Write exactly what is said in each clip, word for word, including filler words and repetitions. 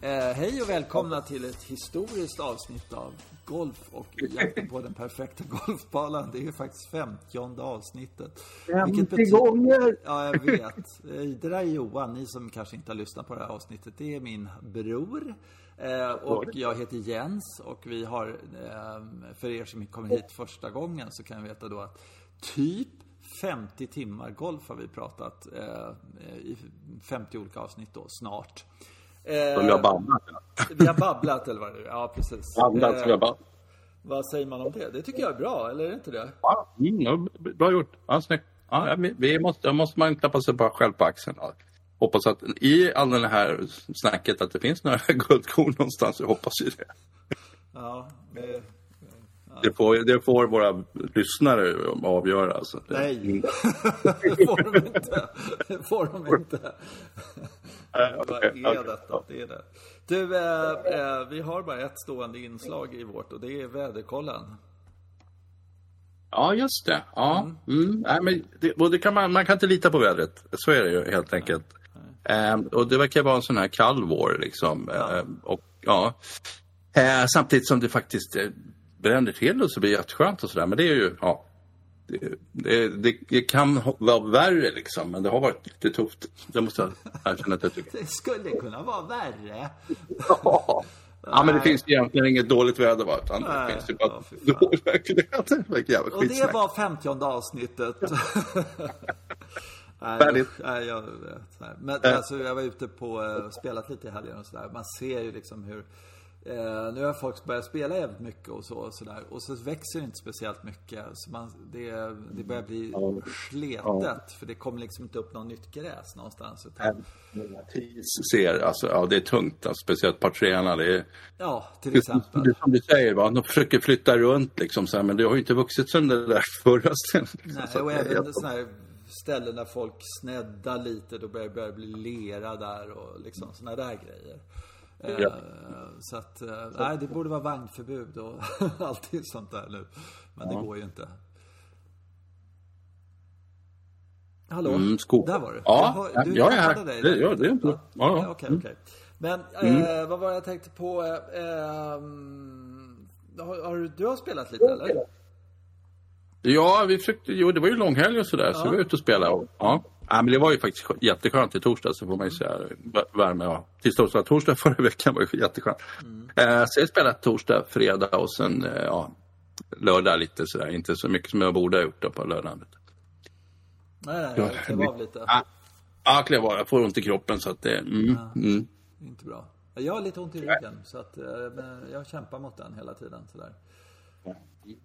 Eh, hej och välkomna till ett historiskt avsnitt av Golf och jakten på den perfekta golfbanan. Det är ju faktiskt femtionde avsnittet. femtio gånger! Ja, jag vet. Det där är Johan, ni som kanske inte har lyssnat på det här avsnittet. Det är min bror. Eh, och jag heter Jens. Och vi har, eh, för er som kommer hit första gången så kan jag veta då att typ femtio timmar golf har vi pratat eh, i femtio olika avsnitt då, snart. Eh, Som jag babblat. Vi har babblat, eller vad det är. Ja, precis. Babblat, som jag babblat. Vad säger man om det? Det tycker jag är bra, eller är det inte det? Ja, mm, bra gjort. Ja, snyggt. Ja, vi måste, måste man klappa sig bara själv på axeln. Ja. Hoppas att i all den här snacket att det finns några guldkorn någonstans. Jag hoppas ju det. Ja, det... Det får, det får våra lyssnare avgöra. Alltså. Nej, det får de inte. Det får de inte. Vad är detta? Det är det. Du, eh, eh, vi har bara ett stående inslag i vårt och det är väderkollen. Ja, just det. Ja. Mm. Mm. Nej, men det, och det kan man, man kan inte lita på vädret. Så är det ju helt enkelt. Eh, och det verkar vara en sån här kall vår liksom. Ja. Eh, och, ja. Eh, samtidigt som det faktiskt... Eh, bränner till och så blir det jätteskönt och sådär. Men det är ju, ja, det, det, det, det kan vara värre liksom. Men det har varit lite tufft. Det måste jag erkänna att jag tycker. Det skulle kunna vara värre. Ja, ja men det finns egentligen inget dåligt väder, va? Utan det finns ju bara ja, dåligt väder. Och det var femtionde avsnittet. Nej, nej, jag vet. Men alltså, jag var ute på uh, spelat lite i helgen och sådär. Man ser ju liksom hur Uh, nu har folk börjat spela jävligt mycket och så och sådär. Och så växer det inte speciellt mycket. Så man, det, det börjar bli ja. sletet. Ja. För det kommer liksom inte upp något nytt gräs någonstans. Utan... ser, alltså, ja, det är tungt. Alltså, speciellt partréarna. Det är, ja, till exempel. Det, som du säger, va? De försöker flytta runt liksom, så här, men det har ju inte vuxit som det där förra stället. Liksom, nej, och även sådana här ställen där folk snäddar lite. Då börjar det börja bli lera där och liksom sådana där grejer. Ja. Så att, nej, det borde vara vagnförbud och allting sånt där nu. Men ja. Det går ju inte. Hallå, mm, där var du. Ja, jag, du jag är här. Dig, det, ja, det är inte ja. Ja, ja. Okej, okej. Men mm. eh, vad var jag tänkte på? Eh, har, har, du har spelat lite, eller? Ja, vi försökte, jo, det var ju långhelg och sådär. Ja. Så vi var ute och spelade. Och, ja. Ja, men det var ju faktiskt jätteskönt i torsdag, så får man ju säga värme. Ja. Tisdag och torsdag förra veckan var ju jätteskönt. Mm. Eh, så jag spelade torsdag, fredag och sen eh, ja, lördag lite sådär. Inte så mycket som jag borde ha gjort då på lördagen. Nej, nej, det var lite. Ja, ja klev bara. Jag får ont i kroppen så att det... Mm, ja, mm. Inte bra. Jag har lite ont i ryggen så att men jag kämpar mot den hela tiden sådär. Ja.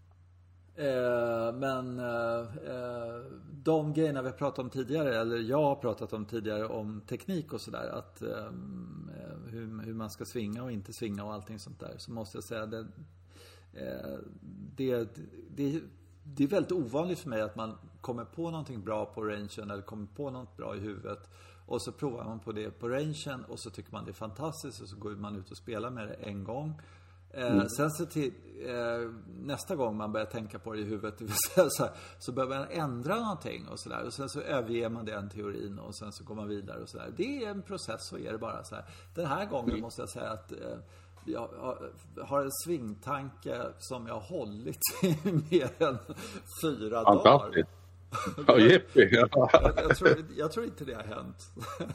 Eh, men eh, de grejerna vi har pratat om tidigare, eller jag har pratat om tidigare om teknik och sådär, att eh, hur, hur man ska svinga och inte svinga och allting sånt där, så måste jag säga det, eh, det, det, det är väldigt ovanligt för mig att man kommer på någonting bra på rangen eller kommer på något bra i huvudet och så provar man på det på rangen och så tycker man det är fantastiskt och så går man ut och spelar med det en gång. Eh, mm. Sen så till eh, nästa gång man börjar tänka på det i huvudet, det vill säga så, här, så börjar man ändra någonting och sådär, och sen så överger man den teorin och sen så går man vidare och sådär. Det är en process, så är det bara så här. Den här gången mm. måste jag säga att eh, jag har en svingtanke som jag har hållit i mer än fyra dagar. Ja, jippi. jag, jag, tror, jag tror inte det har hänt.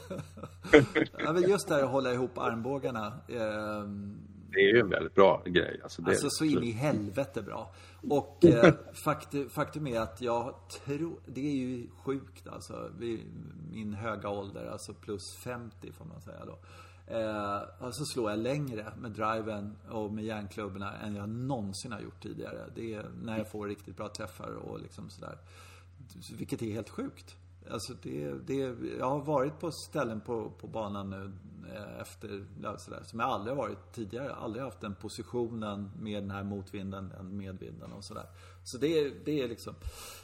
Ja, men just där att hålla ihop armbågarna eh, det är ju en väldigt bra grej. Alltså, det alltså så in i helvete bra. Och eh, faktum, faktum är att jag tror, det är ju sjukt alltså, vid min höga ålder, alltså plus femtio får man säga då. Eh, alltså slår jag längre med driven och med järnklubborna än jag någonsin har gjort tidigare. Det är när jag får riktigt bra träffar och liksom sådär. Vilket är helt sjukt. Alltså det, det, jag har varit på ställen på, på banan nu eh, efter sådär, som jag aldrig har varit tidigare. Aldrig haft den positionen med den här motvinden, den medvinden och sådär. Så det, det är liksom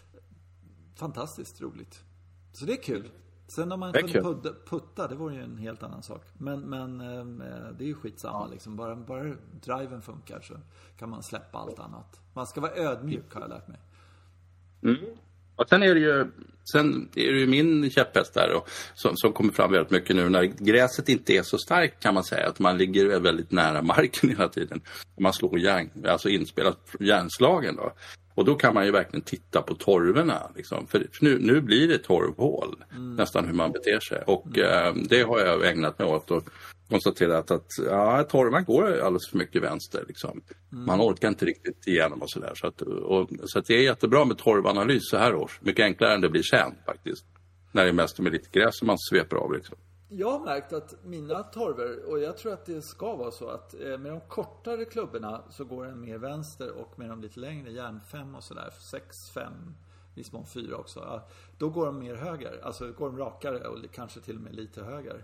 fantastiskt roligt. Så det är kul. Sen om man kunde putta, putta, det var ju en helt annan sak. Men, men eh, det är ju skitsamma liksom. Bara, bara driven funkar så kan man släppa allt annat. Man ska vara ödmjuk, har jag lärt mig. Mm. Och sen är det ju sen är det ju min käpphäst där och, som, som kommer fram väldigt mycket nu när gräset inte är så starkt kan man säga. Att man ligger väldigt nära marken hela tiden. Man slår järn, alltså inspelat järnslagen då. Och då kan man ju verkligen titta på torverna. Liksom. För, för nu, nu blir det torvhål. Mm. Nästan hur man beter sig. Och mm. eh, det har jag ägnat mig åt. Och konstaterat att ja, torven går alldeles för mycket vänster. Liksom. Mm. Man orkar inte riktigt igenom och sådär. Så, att, och, så att det är jättebra med torvanalys så här års. Mycket enklare än det blir sen faktiskt. När det är mest med lite gräs som man sveper av. Liksom. Jag har märkt att mina torver, och jag tror att det ska vara så att med de kortare klubborna så går den mer vänster och med de lite längre, järn fem och sådär, sex, fem, viss mån fyra också, ja, då går de mer höger, alltså går de rakare och kanske till och med lite höger.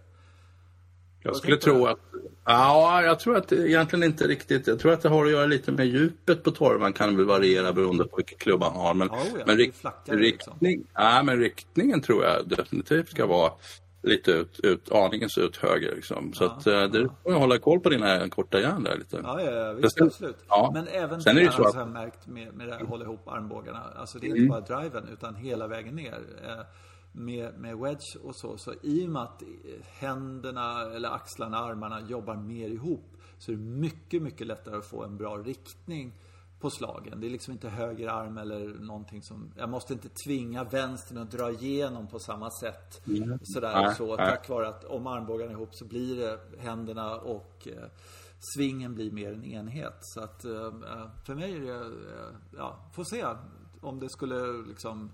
Jag skulle tro att, ja, jag tror att det egentligen inte riktigt, jag tror att det har att göra lite med djupet på torvan kan väl variera beroende på vilken klubb man har, men, oh ja, men, rikt, flackare, riktning, liksom. ja, men riktningen tror jag definitivt ska vara lite ut, ut aningens ut höger liksom. Så ja, att ja. Det får jag hålla koll på dina korta järn där lite. Ja, ja visst, sen, absolut. Ja. Men även sen det är det så har att... jag märkt med, med det här hålla ihop armbågarna. Alltså det är mm. inte bara driven utan hela vägen ner. Eh, med, med wedge och så. Så i och med att händerna eller axlarna, armarna jobbar mer ihop så är det mycket, mycket lättare att få en bra riktning på slagen. Det är liksom inte höger arm eller någonting som... Jag måste inte tvinga vänstern att dra igenom på samma sätt. Mm. Sådär nej, så. Nej. Tack vare att om armbågarna ihop så blir det händerna och eh, svingen blir mer en enhet. Så att eh, för mig är det... Eh, ja, får se om det skulle liksom...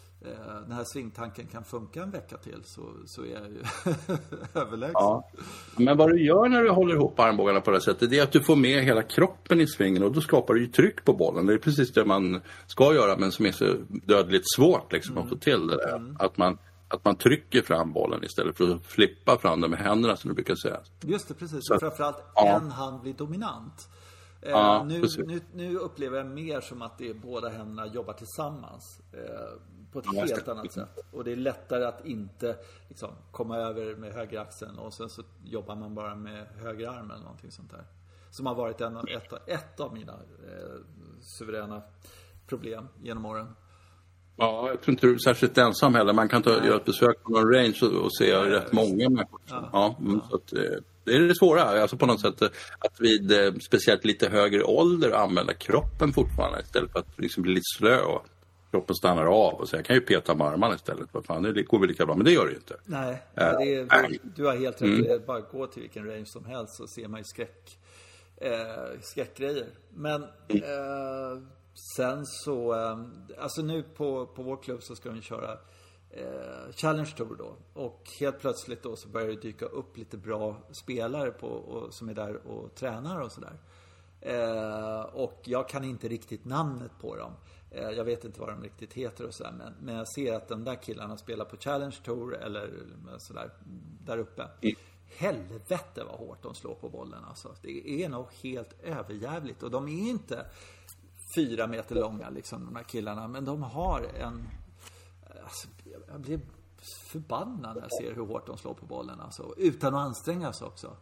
Den här svingtanken kan funka en vecka till så, så är jag ju överlägsen. Ja. Men vad du gör när du håller ihop armbågarna på det sättet det är att du får med hela kroppen i svingen och då skapar du ju tryck på bollen. Det är precis det man ska göra men som är så dödligt svårt liksom, mm. att få till det där. Mm. Att, man, att man trycker fram bollen istället för att flippa fram den med händerna som du brukar säga. Just det, precis. Så, framförallt ja. En hand blir dominant. Ja, nu, nu, nu upplever jag mer som att det är båda händerna jobbar tillsammans eh, på ett ja, helt annat sätt. Och det är lättare att inte liksom, komma över med höger axeln och sen så jobbar man bara med höger arm eller någonting sånt där. Som har varit en av, ett, ett av mina eh, suveräna problem genom åren. Ja, jag tror inte du är särskilt ensam heller. Man kan ta, göra ett besök på någon range och, och se Nej, rätt många människor. Ja, ja, ja. Så att, eh, det är det svåra, alltså på något sätt att vid eh, speciellt lite högre ålder använda kroppen fortfarande istället för att liksom bli lite slö och kroppen stannar av och så jag kan ju peta med armarna istället. Vad fan, det går väl lika bra, men det gör det ju inte. Nej, äh, det är, du, du har helt rätt. Mm. Det är bara att gå till vilken range som helst så ser man ju skräck, eh, skräckgrejer. Men mm. eh, sen så, eh, alltså nu på, på vår klubb så ska vi köra Eh, Challenge Tour då. Och helt plötsligt då så börjar det dyka upp lite bra spelare på, och, som är där och tränar och sådär. Eh, och jag kan inte riktigt namnet på dem. Eh, jag vet inte vad de riktigt heter och sådär. Men, men jag ser att den där killarna spelar på Challenge Tour eller sådär där uppe. Mm. Helvete vad hårt de slår på bollen alltså. Det är nog helt överjävligt. Och de är inte fyra meter långa liksom de här killarna. Men de har en... Alltså, jag blir förbannad när jag ser hur hårt de slår på bollen alltså, utan att anstränga sig också.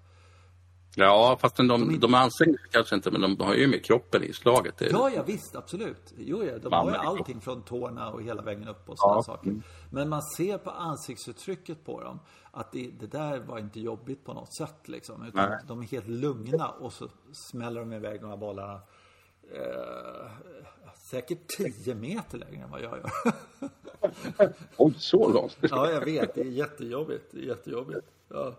Ja, fast de, de, de anstränger sig kanske inte, men de har ju med kroppen i slaget. Det ja, ja, visst, absolut. Jo, ja, de har ju allting från tårna och hela vägen upp och sådana ja. saker. Men man ser på ansiktsuttrycket på dem att det, det där var inte jobbigt på något sätt liksom, utan Nej. de är helt lugna och så smäller de iväg de här bollarna eh, säkert tio meter längre än vad jag gör. Oj, så långt. Ja, jag vet. Det är jättejobbigt. Det är jättejobbigt. Ja.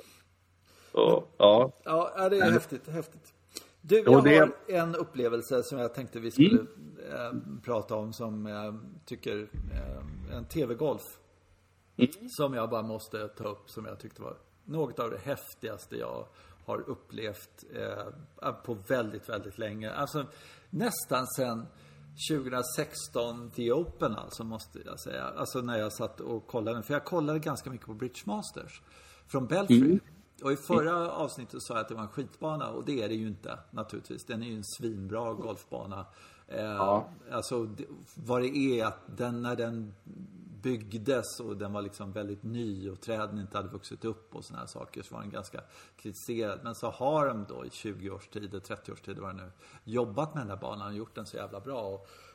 Så, ja. Ja, det är häftigt. häftigt. Du, jag har en upplevelse som jag tänkte vi skulle mm. äh, prata om som jag tycker äh, en tv-golf. Mm. Som jag bara måste ta upp som jag tyckte var något av det häftigaste jag har upplevt äh, på väldigt, väldigt länge. Alltså nästan sen tjugo sexton The Open alltså måste jag säga. Alltså när jag satt och kollade. För jag kollade ganska mycket på British Masters. Från Belfry. Mm. Och i förra avsnittet sa jag att det var en skitbana. Och det är det ju inte naturligtvis. Den är ju en svinbra golfbana. Eh, ja. Alltså vad det är att den när den byggdes och den var liksom väldigt ny och träden inte hade vuxit upp och såna här saker så var den ganska kritiserad. Men så har de då i tjugo års tid, trettio års tid var det nu, jobbat med den här banan och gjort den så jävla bra. Och,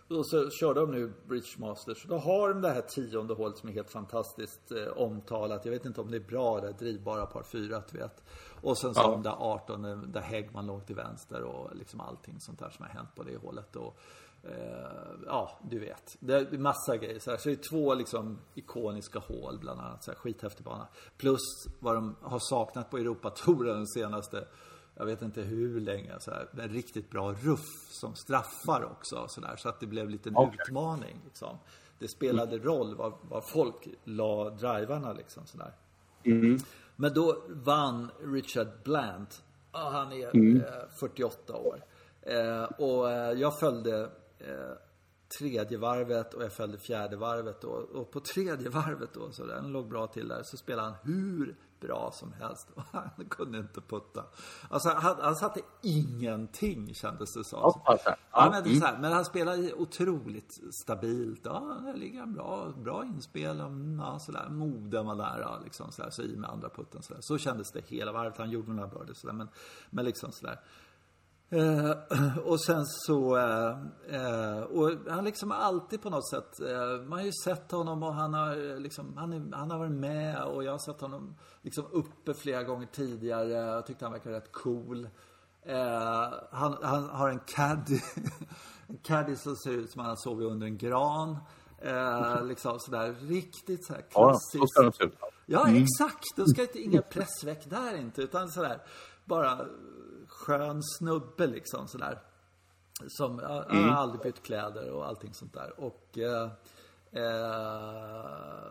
Och så kör de nu British Masters. Då har de det här tionde hålet som är helt fantastiskt eh, omtalat. Jag vet inte om det är bra, det drivbara par fyra, du vet. Och sen så ja. de där arton, där Häggman låg till vänster och liksom allting sånt där som har hänt på det hålet. Och eh, ja, du vet. Det är massa grejer. Så, här. Så det är två liksom ikoniska hål bland annat. Så här, skithäftig bana. Plus vad de har saknat på Europatouren den senaste... Jag vet inte hur länge, så här, en riktigt bra ruff som straffar också, så, där, så att det blev lite en okay. utmaning. Liksom. Det spelade mm. roll vad, vad folk la drivarna. Liksom, så där. Mm. Men då vann Richard Bland. Han är mm. eh, fyrtioåtta år. Eh, och eh, jag följde eh, tredje varvet och jag följde fjärde varvet. Då, och på tredje varvet då, så den låg bra till där, så spelade han hur bra som helst. Han kunde inte putta. Alltså han, han satte ingenting, kändes det så. Ja, ja, men, det så här, men han spelade otroligt stabilt. Ja, det ligger en bra, bra inspel. Ja, sådär. Moden var där. Ja, liksom, sådär, så i med andra putten. Sådär. Så kändes det hela varvet. Han gjorde några bra. Sådär, men, men liksom sådär. Uh, och sen så uh, uh, och han liksom alltid på något sätt uh, man har ju sett honom och han har liksom han, är, han har varit med och jag har sett honom liksom uppe flera gånger tidigare. Jag tyckte han verkar rätt cool. uh, han, han har en caddy en caddy som ser ut som han sovit under en gran. Uh, liksom sådär riktigt såhär klassiskt. Ja, så ja mm. exakt. Då ska inte inga pressväck där inte, utan sådär bara skön snubbe liksom sådär. Som jag mm. har aldrig bytt kläder och allting sånt där. Och eh, eh,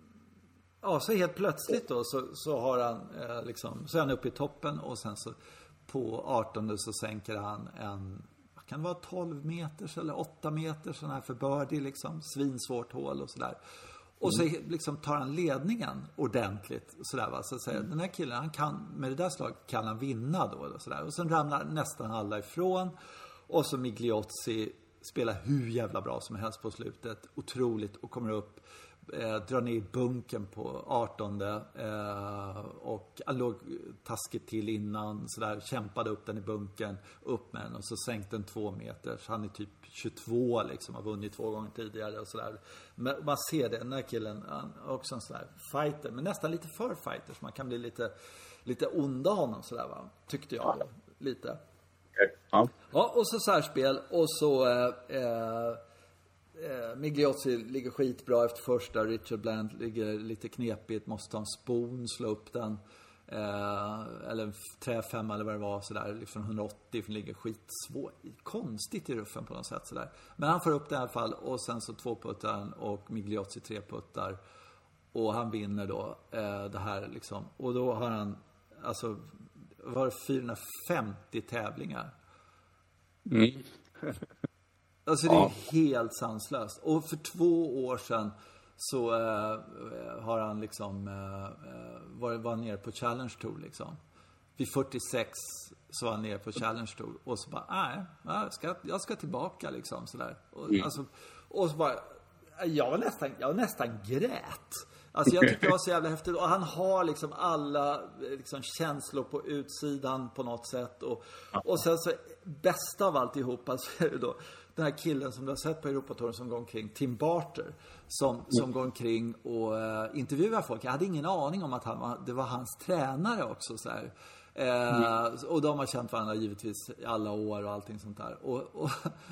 ja, så helt plötsligt då så, så har han eh, liksom, så är han uppe i toppen och sen så på artonde så sänker han en, kan det vara tolv meters eller åtta meters sån här för birdie liksom, svinsvårt hål och sådär. Och så liksom tar han ledningen ordentligt sådär, va? Så att säga, mm. den här killen, han kan, med det där slaget kan han vinna då och sådär. Och sen ramlar nästan alla ifrån. Och så Migliozzi spelar hur jävla bra som helst på slutet. Otroligt, och kommer upp, eh, drar ner bunken på artonde eh, och han låg taskigt till innan sådär, kämpade upp den i bunken, upp med den och så sänkte den två meter. Så han är typ tjugotvå liksom, har vunnit två gånger tidigare och sådär. Men man ser det, den här killen, han är också en sån där fighter, men nästan lite för fighter, så man kan bli lite lite onda honom sådär, va, tyckte jag då, lite. Okay. Ja. Ja, och så särspel och så eh, eh, Migliozzi ligger skitbra efter första, Richard Bland ligger lite knepigt, måste ta en spon, slå upp den. Eh, eller träfem eller vad det var sådär, liksom hundraåttio, för ligger skitsvårt, konstigt i ruffen på något sätt sådär. Men han får upp det i alla fall, och sen så två puttar och Migliozzi tre puttar och han vinner då eh, det här liksom. Och då har han alltså var det fyrahundrafemtio tävlingar. Mm. Alltså det är ja. helt sanslöst. Och för två år sedan så eh, har han liksom eh, var, var nere på Challenge Tour liksom. Vid fyrtiosex så var han nere på Challenge Tour och så bara, nej, jag ska, jag ska tillbaka liksom sådär. Och, mm. alltså, och så bara, jag var nästan, jag var nästan grät. Alltså jag tycker det var så jävla häftigt. Och han har liksom alla liksom känslor på utsidan på något sätt. Och, och sen så, bästa av alltihop, alltså är det då den här killen som du har sett på Europatouren som går omkring, Tim Barter, som, som går omkring och uh, intervjuar folk. Jag hade ingen aning om att han var, det var hans tränare också så här. Uh, mm. Och de har känt varandra givetvis i alla år och allting sånt där. Och, och,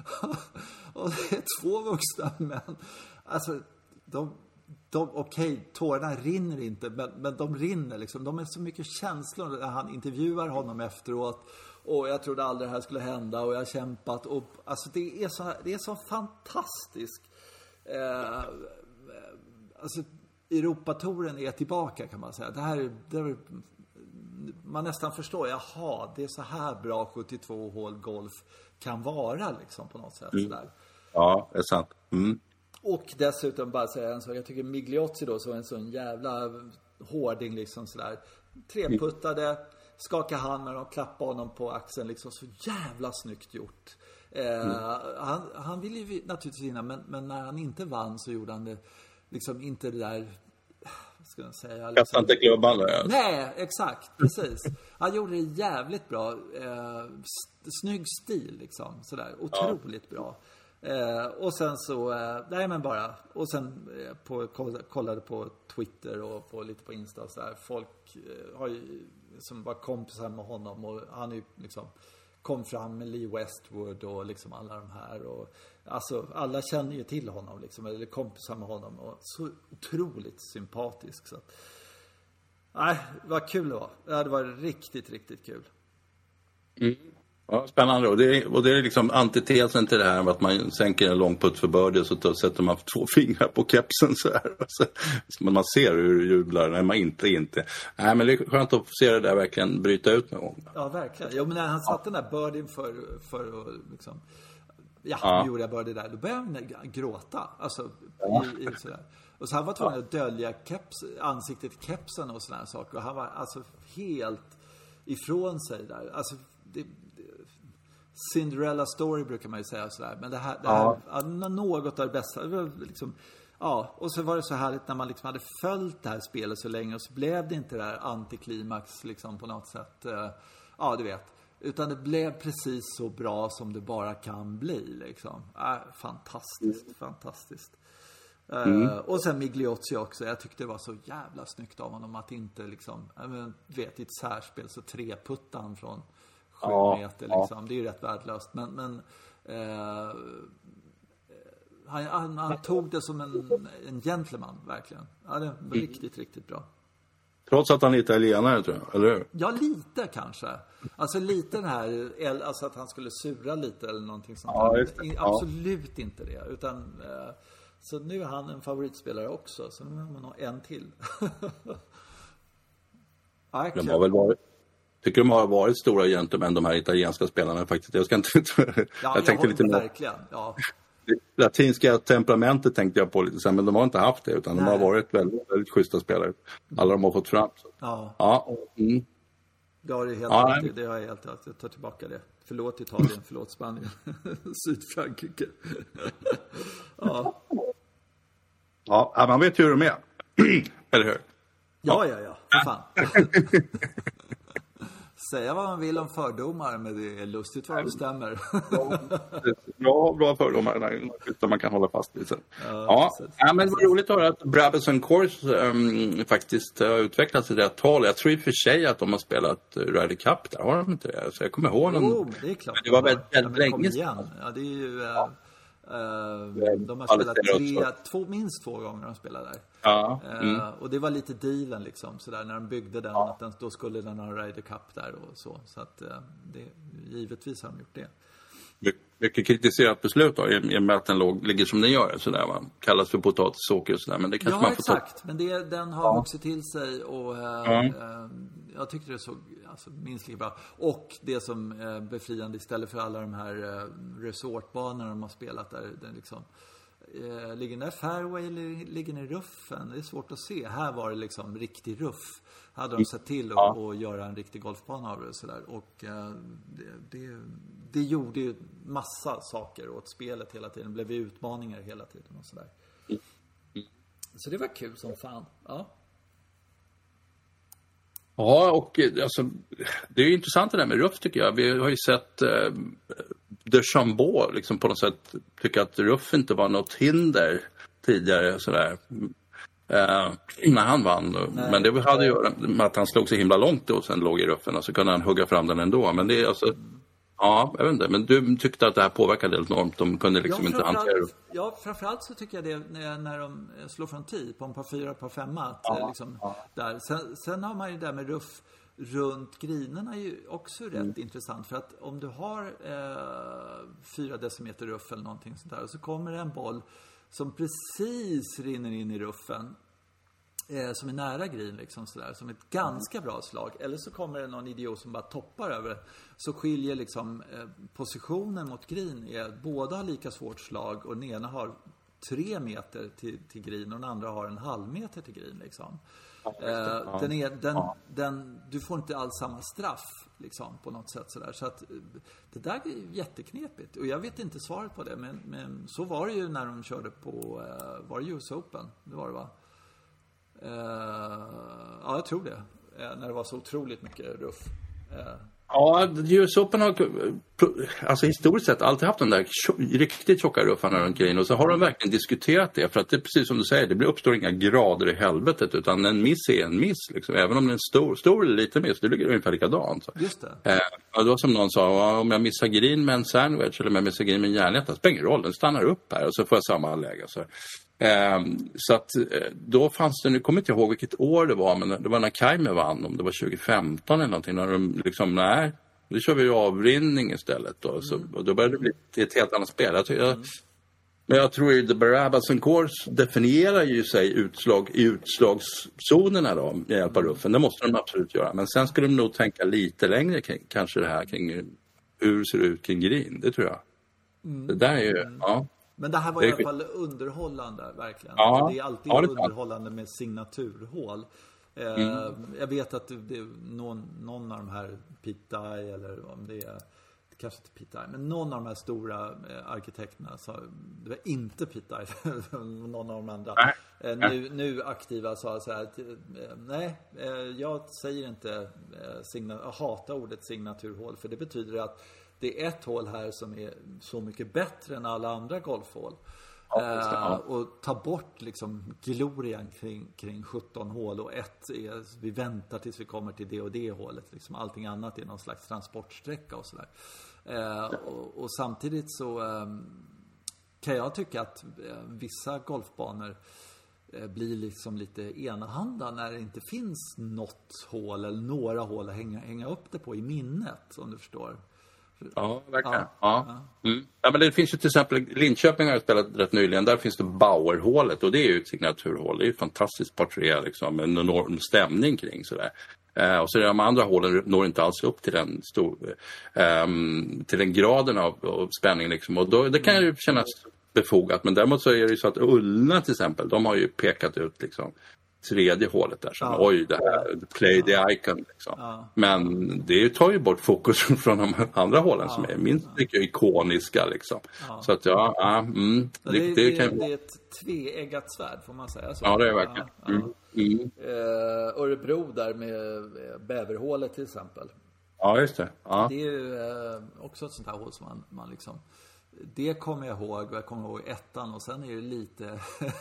och det är två vuxna män. Alltså, de... de okej, okay, tårarna rinner inte, men, men de rinner liksom. De är så mycket känslor när han intervjuar honom efteråt. Och jag trodde aldrig det här skulle hända och jag har kämpat. Och, alltså det är så, det är så fantastiskt. Eh, alltså Europatouren är tillbaka, kan man säga. Det här är, det är, man nästan förstår, jaha, det är så här bra sjuttiotvå hål golf kan vara liksom på något sätt. Mm. Sådär. Ja, det är sant. Mm. Och dessutom bara säga en sak, jag tycker Migliozzi då så en sån jävla hårding liksom sådär. Treputtade, skaka hand med dem, klappa honom på axeln liksom, så jävla snyggt gjort. Eh, mm. han, han ville ju naturligtvis vinna, men, men när han inte vann så gjorde han det liksom inte det där, vad ska jag säga, liksom. Kastade inte klubban då? Ja. Nej, exakt, precis. Han gjorde det jävligt bra, eh, snygg stil liksom, sådär, otroligt ja. bra. Eh, och sen så, eh, nej men bara, och sen eh, på, kollade på Twitter och på, lite på Insta och så där. Folk eh, har ju, som var kompisar med honom och han är ju liksom, kom fram med Lee Westwood och liksom alla de här och alltså alla känner ju till honom liksom, eller kompisar med honom och så otroligt sympatisk så att, nej, vad kul det var. Ja, det var riktigt, riktigt kul. Mm. Ja, spännande. Och det, är, och det är liksom antitesen till det här med att man sänker en lång putt för birdie så då sätter man två fingrar på kepsen så här. Så, så man ser hur det jublar när man inte inte. Nej, men det är skönt att se det där verkligen bryta ut någon gång. Ja, verkligen. Jo, men när han satte den där birdien för, för att liksom, ja, ja. nu gjorde jag birdie där. Då började han gråta. Alltså, ja. i, i sådär. Och så han var tvungen att dölja keps, ansiktet i kepsen och sådana saker. Och han var alltså helt ifrån sig där. Alltså, det, Cinderella story brukar man ju säga sådär. Men det här, det här ja. något av det bästa. Det var liksom, ja, och så var det så härligt när man liksom hade följt det här spelet så länge. Och så blev det inte det där antiklimax liksom på något sätt. Ja, du vet. Utan det blev precis så bra som det bara kan bli liksom. Äh, fantastiskt, mm. fantastiskt. Mm. Uh, och sen Migliozzi också. Jag tyckte det var så jävla snyggt av honom att inte liksom, jag men, vet, i ett särspel så treputtan från sju ja, meter liksom. Ja. Det är ju rätt värdelöst. Men, men uh, han, han, han tog det som en, en gentleman, verkligen. Ja, det var mm. riktigt, riktigt bra. Trots att han är italienare, tror jag, eller hur? Ja, lite kanske. Alltså lite den här, alltså att han skulle sura lite eller någonting sånt. Ja, ja. Absolut inte det. Utan, uh, så nu är han en favoritspelare också. Så nu har man nog en till. Ja, de har väl varit, tycker de har varit stora gentlemän, de här italienska spelarna faktiskt. Jag ska inte... ja, jag, jag tänkte lite verkligen, ja. Latinska temperamentet tänkte jag på lite sen, men de har inte haft det, utan Nej. de har varit väldigt, väldigt schyssta spelare. Alla de har fått fram. Så. Ja. Ja. Mm. Det har det helt ja, rätt. Det har jag helt rätt. Jag tar tillbaka det. Förlåt Italien, förlåt Spanien. Sydfrankrike. Ja. Ja, man vet hur de är. Eller hur? Ja, ja, ja. För fan. Säga vad man vill om fördomar, men det är lustigt vad de stämmer. Bra, bra fördomar där man kan hålla fast vid sig. Ja, ja. ja, men det var roligt att höra att Brabazon Course um, faktiskt har utvecklats i rätt håll. Jag tror i och för sig att de har spelat Ryder Cup där, har de inte det? Så jag kommer ihåg dem. Jo, det är klart. Det var väldigt, väldigt ja, länge sedan. Ja, det är ju... Uh... Uh, de har spelat tre, två, minst två gånger de spelade där. Ja, mm. uh, och det var lite dealen liksom, så där, när de byggde den, ja. att den, då skulle den ha Ryder Cup där och så. Så att uh, det, givetvis har de gjort det. My, mycket kritiserat beslut då, i och med att den låg, ligger som den gör, så där, va? Kallas för potatisåker och sådär, men det kanske ja, man får exakt, ta... men det, den har ja. vuxit till sig och uh, ja. uh, jag tyckte det såg alltså, minst lika bra. Och det som är eh, befriande istället för alla de här eh, resortbanorna de har spelat där, den liksom, eh, ligger den där fairway eller ligger den i ruffen? Det är svårt att se. Här var det liksom riktig ruff. Hade de sett till att ja. och göra en riktig golfbana av det och sådär. Och eh, det, det, det gjorde ju massa saker åt spelet hela tiden. Det blev utmaningar hela tiden och sådär. Så det var kul som fan. Ja. Ja, och alltså, det är ju intressant det där med ruff tycker jag. Vi har ju sett eh, DeChambeau liksom på något sätt tycka att ruff inte var något hinder tidigare sådär. Eh, när han vann. Nej. Men det hade ju med att han slog sig himla långt och sen låg i ruffen och så kunde han hugga fram den ändå. Men det är alltså... Ja, jag vet inte. Men du tyckte att det här påverkade enormt. De kunde liksom ja, inte hantera det. Ja, framförallt så tycker jag det när, när de slår från tio på en par fyra, par femma. Att, ja, liksom, ja. Där. Sen, sen har man ju där med ruff runt grinerna ju också rätt mm. intressant. För att om du har eh, fyra decimeter ruff eller någonting sånt där. Och så kommer en boll som precis rinner in i ruffen. Eh, som är nära green liksom sådär, som ett ganska bra slag, eller så kommer det någon idiot som bara toppar över, så skiljer liksom eh, positionen mot green är att båda har lika svårt slag och den ena har tre meter till, till green och den andra har en halv meter till green liksom. Eh, den är, den, den, du får inte alls samma straff liksom på något sätt sådär, så att det där är jätteknepigt och jag vet inte svaret på det, men, men så var det ju när de körde på eh, var det U S Open, det var det va? Uh, ja, jag tror det. Uh, när det var så otroligt mycket ruff. Uh, Ja, U S Open har alltså historiskt sett alltid haft den där riktigt tjocka ruffarna runt grejen, och så har de verkligen diskuterat det, för att det är precis som du säger, det blir uppstår inga grader i helvetet, utan en miss är en miss liksom. Även om det är en stor, stor eller liten miss, det ligger ungefär likadant. Så. Just det. Eh, och då som någon sa, om jag missar green med en sandwich eller om jag missar green med en järnhjärta, spelar ingen roll, den stannar upp här och så får jag samma läge. Så, eh, så att då fanns det, nu kommer jag inte ihåg vilket år det var, men det var när Kaimer vann, om det var tjugo femton eller någonting, när de liksom, nej, nu kör vi ju avrinning istället då. Så, och då började det bli ett helt annat spel. Jag, jag, mm. Men jag tror ju The Barabbas and Course definierar ju sig utslag, i utslagszonerna då, med hjälp av ruffen. Det måste de absolut göra. Men sen skulle de nog tänka lite längre kring, kanske det här kring hur det ser ut kring green. Det tror jag. Mm. Det där är ju, mm. ja. Men det här var det i alla fall underhållande, verkligen. Ja. Det är alltid ja, det underhållande med signaturhål. Mm. Jag vet att det är någon, någon av de här Pete Dye, eller om det är kanske inte Pete Dye, men någon av de här stora arkitekterna, så det var inte Pete Dye, någon av de andra nej. Nu, nu aktiva sa så här att, nej, jag säger inte signa, jag hatar ordet signaturhål, för det betyder att det är ett hål här som är så mycket bättre än alla andra golfhål. Uh, och ta bort liksom glorian kring, kring sjutton hål, och ett är, vi väntar tills vi kommer till det och det hålet liksom. Allting annat är någon slags transportsträcka och sådär. Uh, och, och samtidigt så um, kan jag tycka att uh, vissa golfbanor uh, blir liksom lite enahanda när det inte finns något hål eller några hål att hänga, hänga upp det på i minnet, om du förstår. Ja, verkligen. Ja. Ja. Mm. Ja, men det finns ju till exempel, Linköping har jag spelat rätt nyligen, där finns det Bauerhålet, och det är ju ett signaturhål. Det är ju ett fantastiskt par tre liksom, en enorm stämning kring sådär. Eh, och så de andra hålen når inte alls upp till den stor, eh, till den graden av, av spänning liksom. Och då, det kan ju kännas befogat, men däremot så är det ju så att Ullna till exempel, de har ju pekat ut liksom tredje hålet där som, ja. oj, det här, play the icon liksom. Ja. Men det tar ju bort fokus från de andra hålen ja. som är minst lika ikoniska liksom. Ja. Så att ja, ja mm, det, det, det, kan... det är ett tveeggat svärd, får man säga så. Ja, det är verkligen. Ja, ja. Mm. Mm. Uh, Örebro där med Bäverhålet till exempel. Ja, just det. Ja. Det är ju uh, också ett sånt här hål som man, man liksom, det kommer jag ihåg, och jag kommer ihåg ettan, och sen är det lite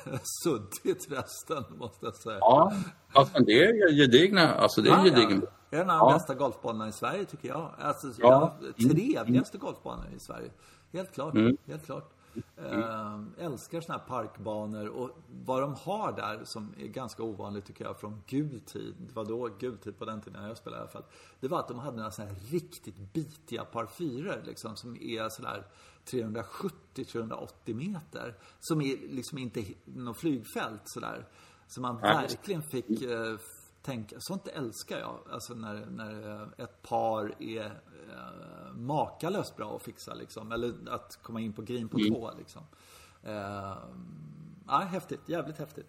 suddigt resten, måste jag säga. Ja, alltså det är gedigna, alltså det är ja, gedigna. Ja. Det är en av de ja. bästa golfbanorna i Sverige, tycker jag. Alltså, ja. ja trevligaste mm. golfbanor i Sverige. Helt klart, mm. helt klart. Mm. Äh, älskar såna här parkbanor, och vad de har där som är ganska ovanligt tycker jag från gul tid, det var då gul tid på den tiden när jag spelade i alla fall, det var att de hade några såna här riktigt bitiga par fyror liksom, som är sådär trehundrasjuttio till trehundraåttio meter, som är liksom inte något flygfält sådär, så man ja. verkligen fick eh, tänka, sånt älskar jag, alltså när, när ett par är eh, makalöst bra att fixa liksom, eller att komma in på green på mm. två liksom. Eh, ja, häftigt, jävligt häftigt.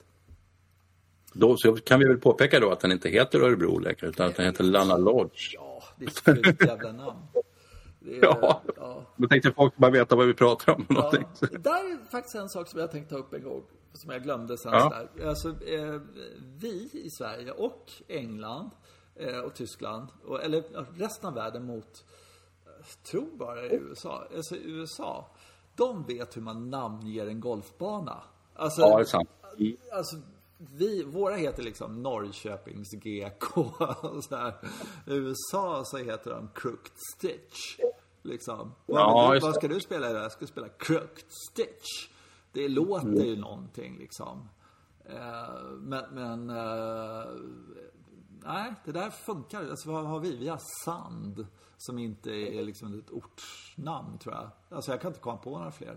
Då så kan vi väl påpeka då att den inte heter Örebro längre, utan att den heter Lana Lodge. Ja, det är ett fult jävla namn. Är, ja, ja. Då tänkte folk bara veta vad vi pratar om. Ja, det där är faktiskt en sak som jag tänkte ta upp en gång, som jag glömde sen. Ja. Där. Alltså, eh, vi i Sverige och England eh, och Tyskland, och, eller resten av världen mot, tror bara i U S A. Alltså U S A, de vet hur man namnger en golfbana. Alltså, ja, det är sant. Mm. Alltså, vi, våra heter liksom Norrköpings G K och så här. I U S A så heter de Crooked Stitch liksom. Ja, vad, vad ska du spela i det? Jag ska spela Crooked Stitch. Det låter mm. ju någonting liksom. uh, Men, men uh, nej, det där funkar. Alltså vad har vi? Vi har Sand, som inte är liksom ett ortsnamn, tror jag. Alltså jag kan inte komma på några fler.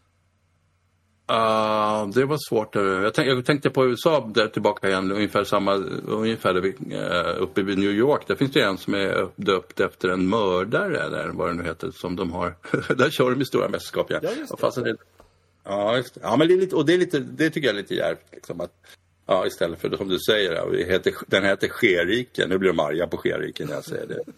Uh, det var svårt. Jag, tänk, jag tänkte på U S A där tillbaka igen, ungefär samma, ungefär där vi, uh, uppe vid New York. Där finns det en som är döpt efter en mördare, eller vad det nu heter, som de har. Där kör de i stora mästerskap. Ja, ja just det. Fast det, ja, just det. Ja, men det är lite, och det är lite, det tycker jag är lite djärvt liksom, att ja, istället för det som du säger, ja, det heter, den heter Skeriken. Nu blir de arga på Skeriken när jag säger det.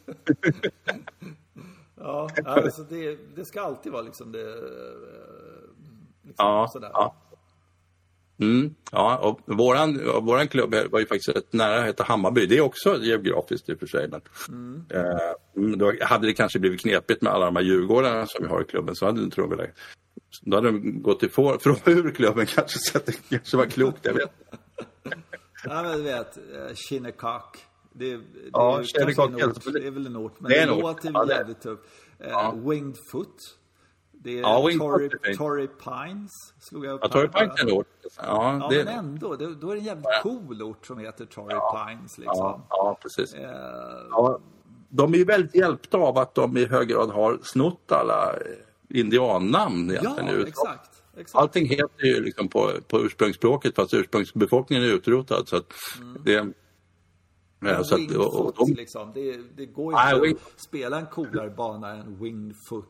Ja, alltså det, det ska alltid vara liksom det. Liksom, ja, sådär. ja. Mm, ja, och våran, våran klubb var ju faktiskt rätt nära, heter Hammarby. Det är också geografiskt i och för sig. Men, mm. eh, då hade det kanske blivit knepigt med alla de här Djurgårdarna som vi har i klubben, så hade det tror jag. Då hade de gått ifrån från ur klubben kanske, så att det kanske var klokt, jag vet. Ja, men du vet, Shinnecock. Det, det, ja, är ort, det är väl en ort, men det, det låter ja, jävligt upp. Ja. Uh, Winged Foot. Det är ja, Torrey, Torrey Pines, slog jag upp. Ja, Torrey Pines är en ort. Ja, ja det... men ändå, det, då är det en jävligt ja. cool ort som heter Torrey ja. Pines. Liksom. Ja, ja, precis. Uh... Ja, de är ju väldigt hjälpta av att de i hög grad har snott alla indiannamn egentligen. Ja, exakt. Exakt. Allting heter ju liksom på, på ursprungsspråket, fast ursprungsbefolkningen är utrotad. Så att mm. det... Ja, så att, och, och de... liksom. det, det går ju inte wing... att spela en coolare bana än Winged Foot.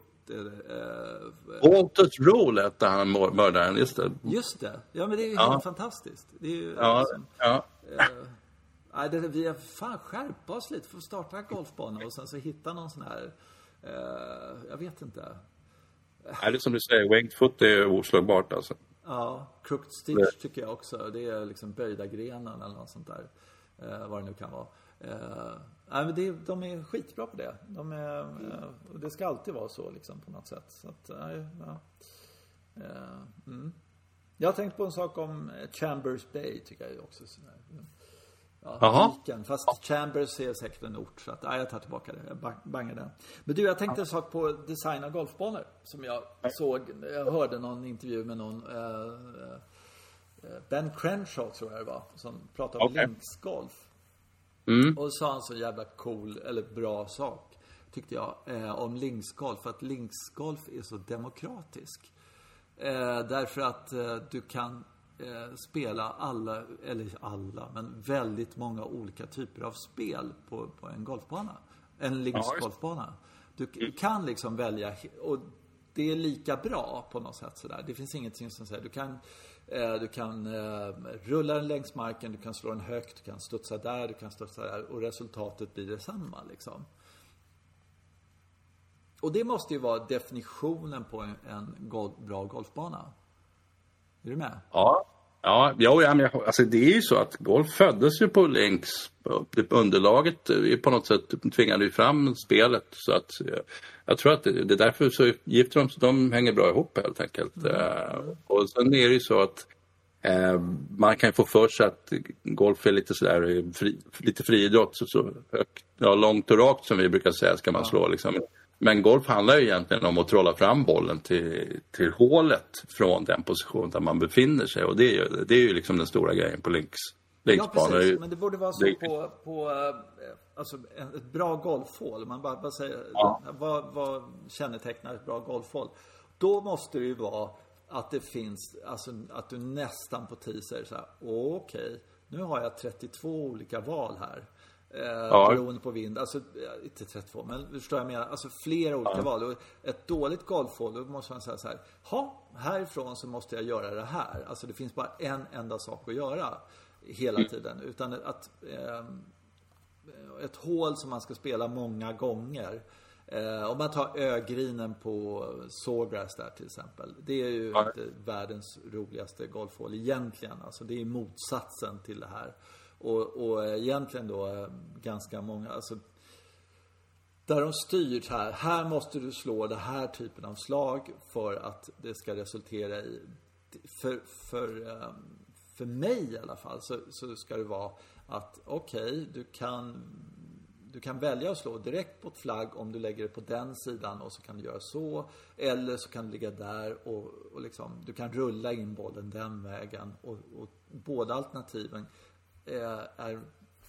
Äh, Walters Rule hette han, mördaren, just det. Just det, ja men det är ju ja. helt fantastiskt. Det är ju, ja, liksom, ja. Äh, det, vi har fan skärpa oss lite för att starta en golfbana och sen så hitta någon sån här, äh, jag vet inte. Ja, det är som du säger, Winged Foot är oslagbart alltså. Ja, Crooked Stitch tycker jag också. Det är liksom böjda grenen eller något sånt där. Uh, vad det nu kan vara. Uh, nej, men det, de är skitbra på det. De är, uh, och det ska alltid vara så liksom, på något sätt. Så att, uh, ja. uh, mm. Jag har tänkt på en sak om Chambers Bay, tycker jag också. Ja, viken. Fast Chambers är säkert en ort, så att, ja, jag tar tillbaka det. Jag bangar den. Men du, jag tänkte en sak på designa golfbanor som jag såg. Jag hörde någon intervju med någon uh, Ben Crenshaw tror jag det var, som pratade om okay. linksgolf. Mm. Och sa han så jävla cool eller bra sak, tyckte jag, eh, om linksgolf. För att linksgolf är så demokratisk. Eh, därför att eh, du kan eh, spela alla, eller alla, men väldigt många olika typer av spel på, på en golfbana. En linksgolfbana. Du mm. kan liksom välja, och det är lika bra på något sätt sådär. Det finns ingenting som säger, du kan Du kan eh, rulla den längs marken, du kan slå den högt, du kan studsa där, du kan studsa där, och resultatet blir detsamma liksom. Och det måste ju vara definitionen på en, en gol- bra golfbana. Är du med? Ja, ja, ja men jag, alltså det är ju så att golf föddes ju på links. Underlaget på något sätt tvingade ju fram spelet, så att jag tror att det, det är därför så gifter de, så de hänger bra ihop helt enkelt. Mm. Och sen är det ju så att eh, man kan få för sig att golf är lite sådär fri, lite friidrott, så, så högt, ja, långt och rakt som vi brukar säga ska man slå liksom. Men golf handlar ju egentligen om att trolla fram bollen till, till hålet från den position där man befinner sig, och det är ju, det är ju liksom den stora grejen på links. Ja, precis. Men det borde vara så på, på alltså ett bra golfhål. Man bara, bara säger, ja. vad, vad kännetecknar ett bra golfhål? Då måste det ju vara att det finns, alltså att du nästan på tio säger så här, okej, okay, nu har jag trettiotvå olika val här. Eh, ja. Beroende på vind, alltså inte trettiotvå, men förstår jag mer, alltså flera olika ja. val. Och ett dåligt golfhål, då måste man säga så här, ha, härifrån så måste jag göra det här. Alltså det finns bara en enda sak att göra hela tiden, utan att eh, ett hål som man ska spela många gånger, eh, om man tar ögrinen på Sawgrass där till exempel, det är ju ja. inte världens roligaste golfhål egentligen, alltså det är motsatsen till det här, och, och egentligen då eh, ganska många, alltså där de styrt här, här måste du slå det här typen av slag för att det ska resultera i, för, för eh, För mig i alla fall så, så ska det vara att okej, okay, du kan du kan välja att slå direkt på ett flagg om du lägger det på den sidan, och så kan du göra så, eller så kan du ligga där och, och liksom, du kan rulla in bollen den vägen, och, och båda alternativen är, är,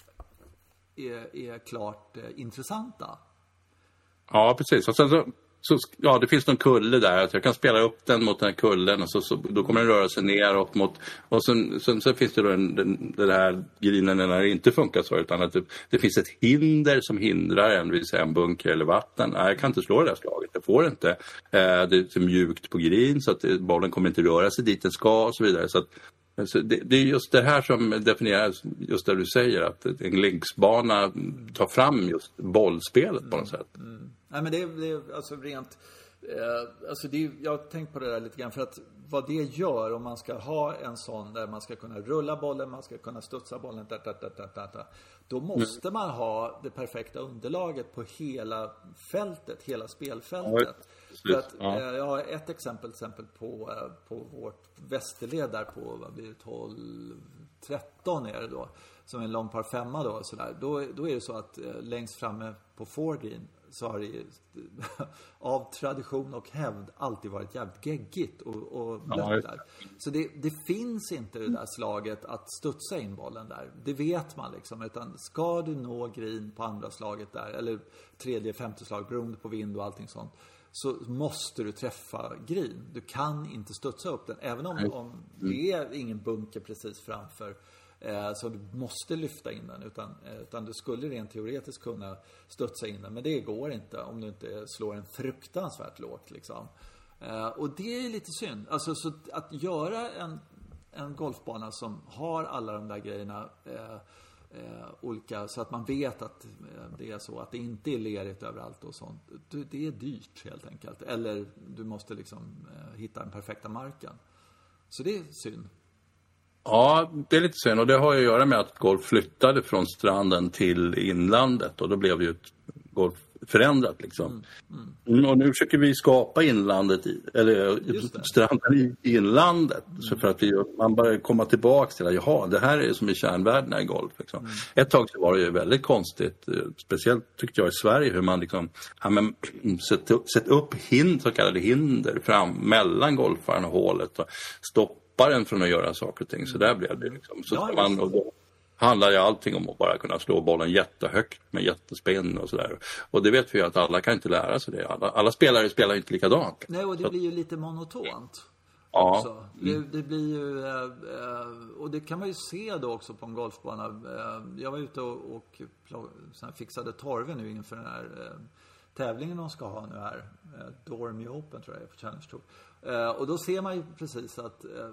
är, är klart eh, intressanta. Ja, precis. Och sen så Så, ja, det finns någon kulle där, att jag kan spela upp den mot den här kullen, och så, så, då kommer den röra sig neråt mot, och sen, sen, sen finns det då den, den, den här grinen när det inte funkar så, utan att det, det finns ett hinder som hindrar en, vill säga en bunker eller vatten. Nej, jag kan inte slå det här slaget, jag får inte. Eh, det är så mjukt på green, så att det, bollen kommer inte röra sig dit den ska och så vidare. Så att, alltså det, det är just det här som definieras, just det du säger, att en linksbana tar fram just bollspelet mm. på något sätt. Mm. Nej, men det är, det är alltså rent eh, alltså det är, jag har tänkt på det där lite grann, för att vad det gör om man ska ha en sån där man ska kunna rulla bollen, man ska kunna studsa bollen, da, da, da, da, da, da. Då måste mm. man ha det perfekta underlaget på hela fältet, hela spelfältet. Ja, för att, ja. Jag har ett exempel, exempel på, på vårt västerled där på vad blir det, tolv tretton är det då, som är en lång par femma då, så där. Då, då är det så att längst framme på foregreen så har det av tradition och hävd alltid varit jävligt geggigt och, och blött ja, där. Så det, det finns inte det där slaget att studsa in bollen där. Det vet man liksom. Utan ska du nå green på andra slaget där, eller tredje, femte slag, beroende på vind och allting sånt, så måste du träffa green. Du kan inte studsa upp den. Även om, om det är ingen bunker precis framför, så du måste lyfta in den, utan, utan du skulle rent teoretiskt kunna studsa in den, men det går inte om du inte slår en fruktansvärt lågt liksom. Och det är lite synd, alltså, så att göra en, en golfbana som har alla de där grejerna eh, eh, olika, så att man vet att det är så, att det inte är lerigt överallt och sånt, det är dyrt helt enkelt, eller du måste liksom eh, hitta den perfekta marken, så det är synd. Ja, det är lite synd, och det har ju att göra med att golf flyttade från stranden till inlandet, och då blev det ju ett golf förändrat liksom. Mm, mm. Och nu försöker vi skapa inlandet i, eller stranden i inlandet, mm. så för att vi, man börjar komma tillbaka till att jaha, det här är som i kärnvärdena i golf liksom. Mm. Ett tag så var det ju väldigt konstigt, speciellt tyckte jag i Sverige, hur man liksom ja, men, sätt, upp, sätt upp hind, så kallade hinder fram mellan golfaren och hålet och stopp den från att göra saker och ting. Så där blev det liksom. Så ja, man, och då handlar ju allting om att bara kunna slå bollen jättehögt med jättespinn och sådär. Och det vet vi ju att alla kan inte lära sig det. Alla, alla spelare spelar inte likadant. Nej, och det så. Blir ju lite monotont. Ja. Också. Det, det blir ju eh, och det kan man ju se då också på en golfbana. Eh, jag var ute och, och så fixade torven nu inför den här eh, tävlingen de ska ha nu här. Eh, Dormy Open tror jag på Challenge Tour. Uh, och då ser man ju precis att uh,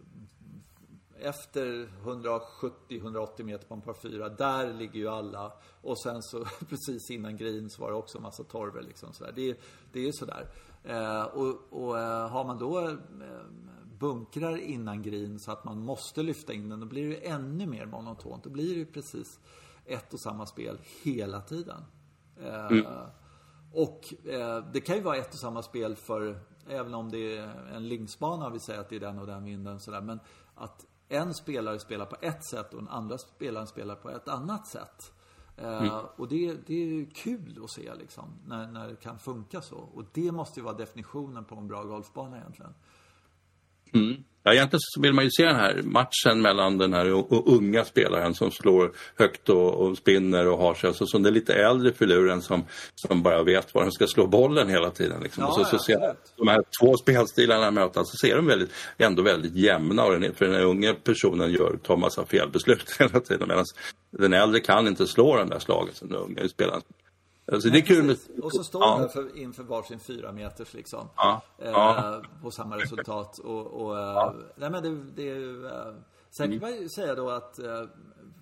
efter hundrasjuttio till hundraåttio meter på en par fyra, där ligger ju alla, och sen så precis innan green så var det också en massa torver liksom, sådär. Det, det är ju sådär uh, och, och uh, har man då uh, bunkrar innan green så att man måste lyfta in den, då blir det ännu mer monotont. Då blir det ju precis ett och samma spel hela tiden. uh, mm. Och uh, det kan ju vara ett och samma spel för, även om det är en linksbana, vi säger att det är den och den vinden sådär, men att en spelare spelar på ett sätt och en andra spelare spelar på ett annat sätt. Mm. Uh, och det, det är ju kul att se liksom, när, när det kan funka så. Och det måste ju vara definitionen på en bra golfbana egentligen. Mm. Ja, egentligen så vill man ju se den här matchen mellan den här unga spelaren som slår högt och, och spinner och har sig, alltså som det är lite äldre filuren som, som bara vet var den ska slå bollen hela tiden liksom. Ja, och så, så ser de här två spelstilarna mötas, så ser de väldigt, ändå väldigt jämna, och den, för den här unga personen gör, tar massa felbeslut hela tiden, medan den äldre kan inte slå den där slaget som den unga spelaren. Alltså, nej, det är kul med... Och så står ja. för, inför varsin fyra meters liksom, ja. Eh, ja. på samma resultat och, och ja. nej, men det, det är ju eh, sen kan man ju säga då att eh, eh,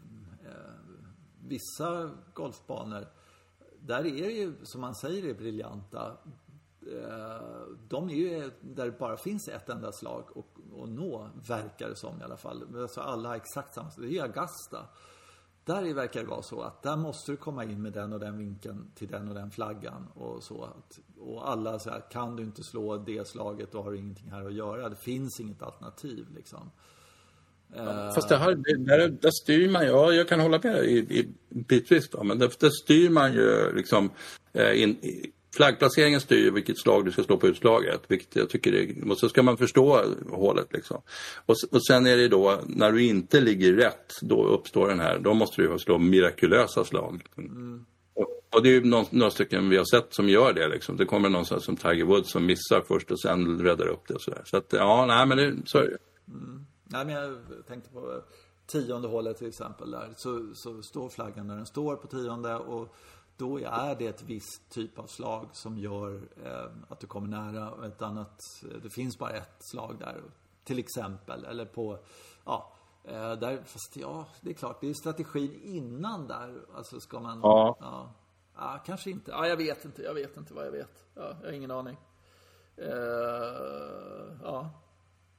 vissa golfbanor, där är det ju, som man säger, är briljanta. Eh, de är ju där det bara finns ett enda slag och, och nå, verkar det som i alla fall. Alltså alla har exakt samma, det är ju Augusta. Där verkar det vara så att där måste du komma in med den och den vinkeln till den och den flaggan och så att, och alla så här, kan du inte slå det slaget, då har du ingenting här att göra. Det finns inget alternativ liksom. Ja, fast det här, där, där styr man ju, ja, jag kan hålla med i, i bitvis då, men där, där styr man ju liksom eh, in, i, flaggplaceringen styr vilket slag du ska slå på utslaget, vilket jag tycker är, och så ska man förstå hålet liksom. Och, och sen är det då, när du inte ligger rätt, då uppstår den här, då måste du slå mirakulösa slag. Mm. Och, och det är ju någon, några stycken vi har sett som gör det liksom. Det kommer någon som Tiger Woods som missar först och sen räddar upp det och sådär. Så att, ja, nej men det, så är det. Mm. Nej, men jag tänkte på tionde hålet till exempel där, så, så står flaggan när den står på tionde, och då är det ett visst typ av slag som gör eh, att du kommer nära, och ett annat, det finns bara ett slag där till exempel, eller på ja, eh, där, fast ja, det är klart, det är strategin innan där, alltså ska man ja, ja, ja kanske inte, ja jag vet inte, jag vet inte vad jag vet, ja, jag har ingen aning. Eh, ja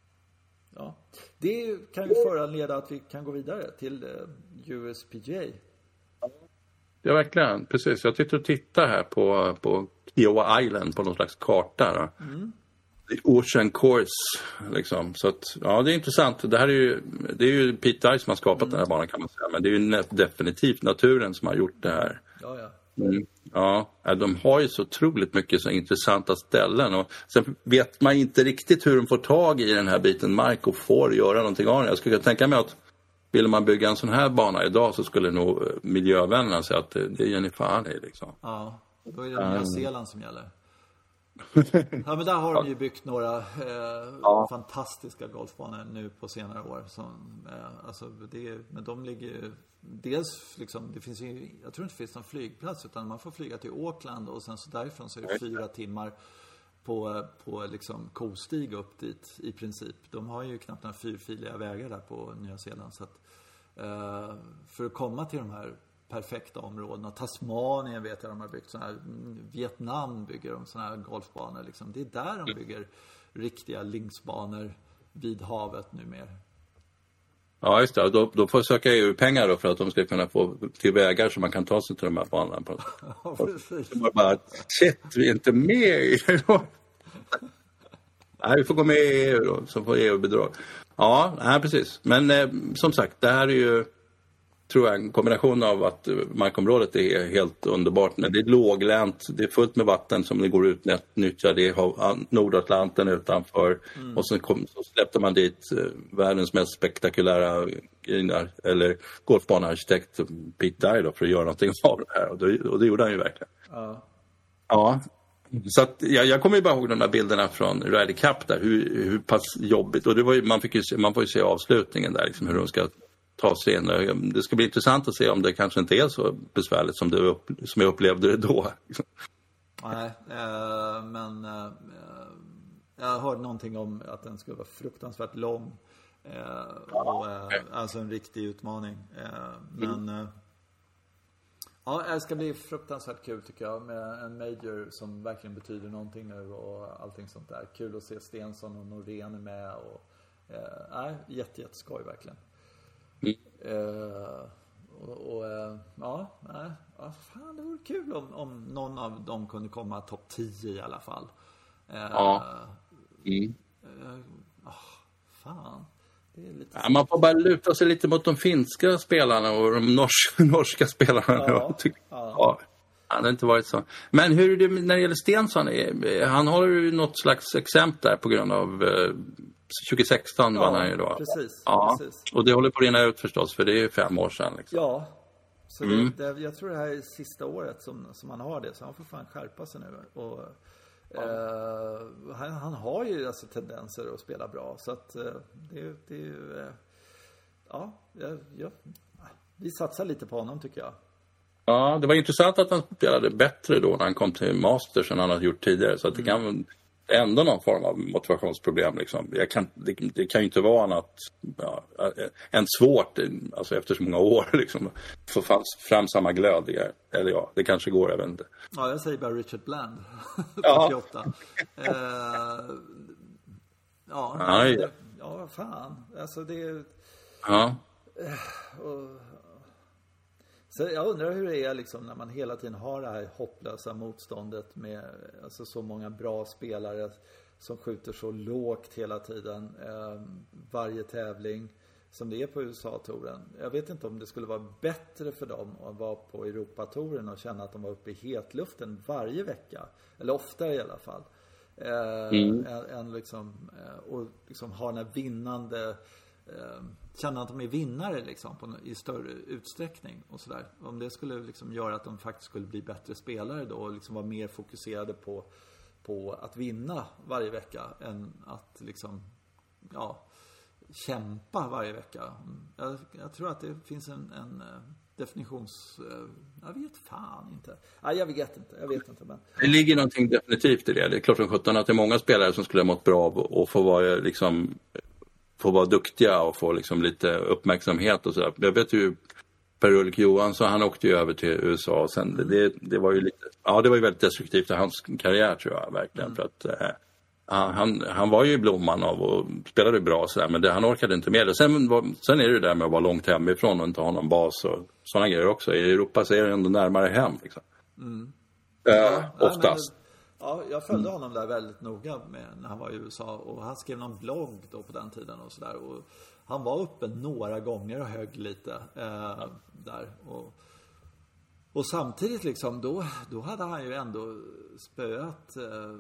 Ja. Det kan ju föranleda att vi kan gå vidare till U S P G A. Ja, verkligen. Precis. Jag tyckte att titta här på, på Kiowa Island på någon slags karta. Mm. Ocean Course liksom. Så att, ja, det är intressant. Det här är ju, det är ju Pete Dye som har skapat mm. den här banan, kan man säga. Men det är ju definitivt naturen som har gjort det här. Ja, ja. Mm. Ja, de har ju så otroligt mycket så intressanta ställen. Och sen vet man inte riktigt hur de får tag i den här biten mark och får göra någonting av det. Jag skulle tänka mig att vill man bygga en sån här bana idag så skulle nog miljövännerna säga att det, det ger ni fan i liksom. Ja, då är det Nya Zeeland som gäller. Ja, men där har de ju byggt några eh, ja. fantastiska golfbanor nu på senare år som, eh, alltså det, men de ligger ju dels liksom, det finns ju, jag tror inte det finns någon flygplats utan man får flyga till Auckland och sen så därifrån så är det fyra timmar på, på liksom kostig upp dit i princip. De har ju knappt några fyrfiliga vägar där på Nya Zeeland så att eh, för att komma till de här perfekta områdena. Tasmanien vet jag de har byggt såna här, Vietnam bygger de såna här golfbanor liksom. Det är där de bygger riktiga linksbanor vid havet numera. Ja, just det. Då, då får jag söka E U-pengar då för att de ska kunna få till vägar så man kan ta sig till de här banorna. Ja, precis. Det var bara, shit, vi är inte med i E U. Nej, vi får gå med i E U då, så får E U-bidrag. Ja, nej, precis. Men eh, som sagt, det här är ju, tror jag, en kombination av att markområdet är helt underbart. Men det är låglänt, det är fullt med vatten som det går ut att nyttja. Det är Nordatlanten utanför. Mm. Och sen kom, så släppte man dit världens mest spektakulära eller golfbanearkitekt Pete Dye då, för att göra någonting av det här. Och det, och det gjorde han ju verkligen. Ja. Ja. Så att, jag, jag kommer ju bara ihåg de där bilderna från Ryder Cup där. Hur, hur pass jobbigt. Och det var ju, man, fick ju se, man får ju se avslutningen där, liksom, hur de ska ta sig in. Det ska bli intressant att se om det kanske inte är så besvärligt som, det upp, som jag upplevde det då. Nej, eh, men eh, jag hörde någonting om att den skulle vara fruktansvärt lång. Eh, och, eh, alltså en riktig utmaning. Eh, men eh, ja, det ska bli fruktansvärt kul tycker jag med en major som verkligen betyder någonting nu och allting sånt där. Kul att se Stensson och Norén med och eh, jätte, jätteskoj verkligen. Mm. Uh, och, och uh, ja, nej, uh, fan, det vore kul om, om någon av dem kunde komma topp tio i alla fall. Uh, ja. Mm. Uh, oh, fan. Det är lite ja, man får bara luta sig lite mot de finska spelarna och de norska, norska spelarna. Ja, ja. Ja. Han har inte varit så. Men hur är det när det gäller Stensson? Han har ju något slags exempel där på grund av uh, tjugo sexton var han ju då. Precis, ja, precis. Och det håller på att rinna ut förstås, för det är ju fem år sedan. Liksom. Ja, så mm. det, det, jag tror det här är sista året som, som han har det. Så han får fan skärpa sig nu. Och, ja. eh, han, han har ju alltså tendenser att spela bra. Så att eh, det, det är ju... Eh, ja, jag, jag, vi satsar lite på honom tycker jag. Ja, det var intressant att han spelade bättre då när han kom till Masters än han hade gjort tidigare. Så att det kan ändå någon form av motivationsproblem liksom. Jag kan, det, det kan ju inte vara något ja, en svårt alltså efter så många år liksom få fram samma glöd. Eller ja, det kanske går, jag vet inte. Ja, jag säger bara Richard Bland fyrtioåtta. eh, ja, ja, det, ja, fan. Alltså det ja. och, så jag undrar hur det är liksom när man hela tiden har det här hopplösa motståndet med alltså så många bra spelare som skjuter så lågt hela tiden eh, varje tävling som det är på U S A-touren. Jag vet inte om det skulle vara bättre för dem att vara på Europatouren och känna att de var uppe i hetluften varje vecka eller oftare i alla fall. Eh, mm. än, än liksom, eh, och liksom ha den här vinnande känna att de är vinnare liksom på, i större utsträckning och sådär. Om det skulle liksom göra att de faktiskt skulle bli bättre spelare då och liksom vara mer fokuserade på, på att vinna varje vecka än att liksom ja, kämpa varje vecka. Jag, jag tror att det finns en, en definitions... Jag vet fan inte. Nej, jag vet inte. Jag vet inte men... Det ligger någonting definitivt i det. Det är klart som sjutton att det är många spelare som skulle ha mått bra av att få vara liksom... få vara duktiga och få liksom lite uppmärksamhet och sådär. Jag vet ju Per-Ulrik Johansson, han åkte ju över till U S A och sen det, det var ju lite, ja det var ju väldigt destruktivt i hans karriär tror jag verkligen mm. för att eh, han, han var ju i blomman av och spelade bra så där, men det, han orkade inte med det. Sen, sen är det ju det där med att vara långt hemifrån och inte ha någon bas och sådana grejer också. I Europa så är det ändå närmare hem liksom. Mm. Äh, ja, oftast. Nej, men, ja, jag följde honom där väldigt noga med, när han var i U S A, och han skrev någon blogg då på den tiden och sådär, och han var uppe några gånger och högg lite eh, där och Och samtidigt liksom, då, då hade han ju ändå spöat eh,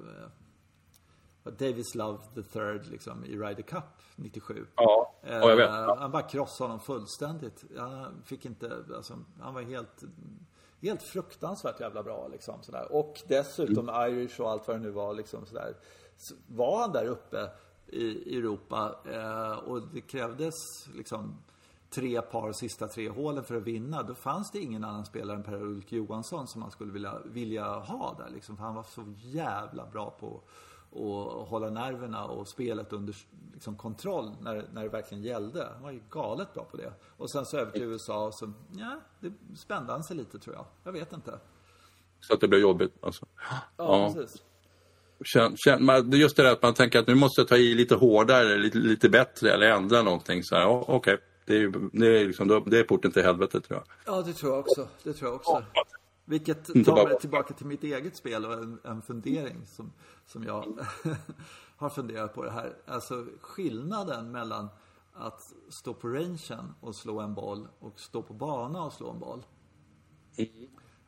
Davis Love the Third liksom, i Ryder Cup nittiosju. Ja, eh, jag vet. Ja. Han bara krossade honom fullständigt. Han fick inte, alltså, han var helt, helt fruktansvärt jävla bra liksom, sådär. Och dessutom mm. Irish och allt vad det nu var liksom, sådär. Så var han där uppe i Europa eh, och det krävdes liksom tre par sista tre hålen för att vinna, då fanns det ingen annan spelare än Per-Ulf Johansson som man skulle vilja, vilja ha där liksom, för han var så jävla bra på att hålla nerverna och spelet under liksom, kontroll när, när det verkligen gällde. Han var ju galet bra på det. Och sen så över till U S A, så ja, det spände han sig lite, tror jag. Jag vet inte. Så att det blev jobbigt alltså. Ja, ja. Precis. Känn, känn, man, just det där att man tänker att nu måste jag ta i lite hårdare, lite, lite bättre eller ändra någonting så här, oh, okej. Okay. Det är, det, är liksom, det är porten till helvete, tror jag. Ja, det tror jag också. Det tror jag också. Vilket tar mig tillbaka till mitt eget spel och en, en fundering som, som jag har funderat på det här. Alltså skillnaden mellan att stå på rangen och slå en boll och stå på bana och slå en boll. Mm.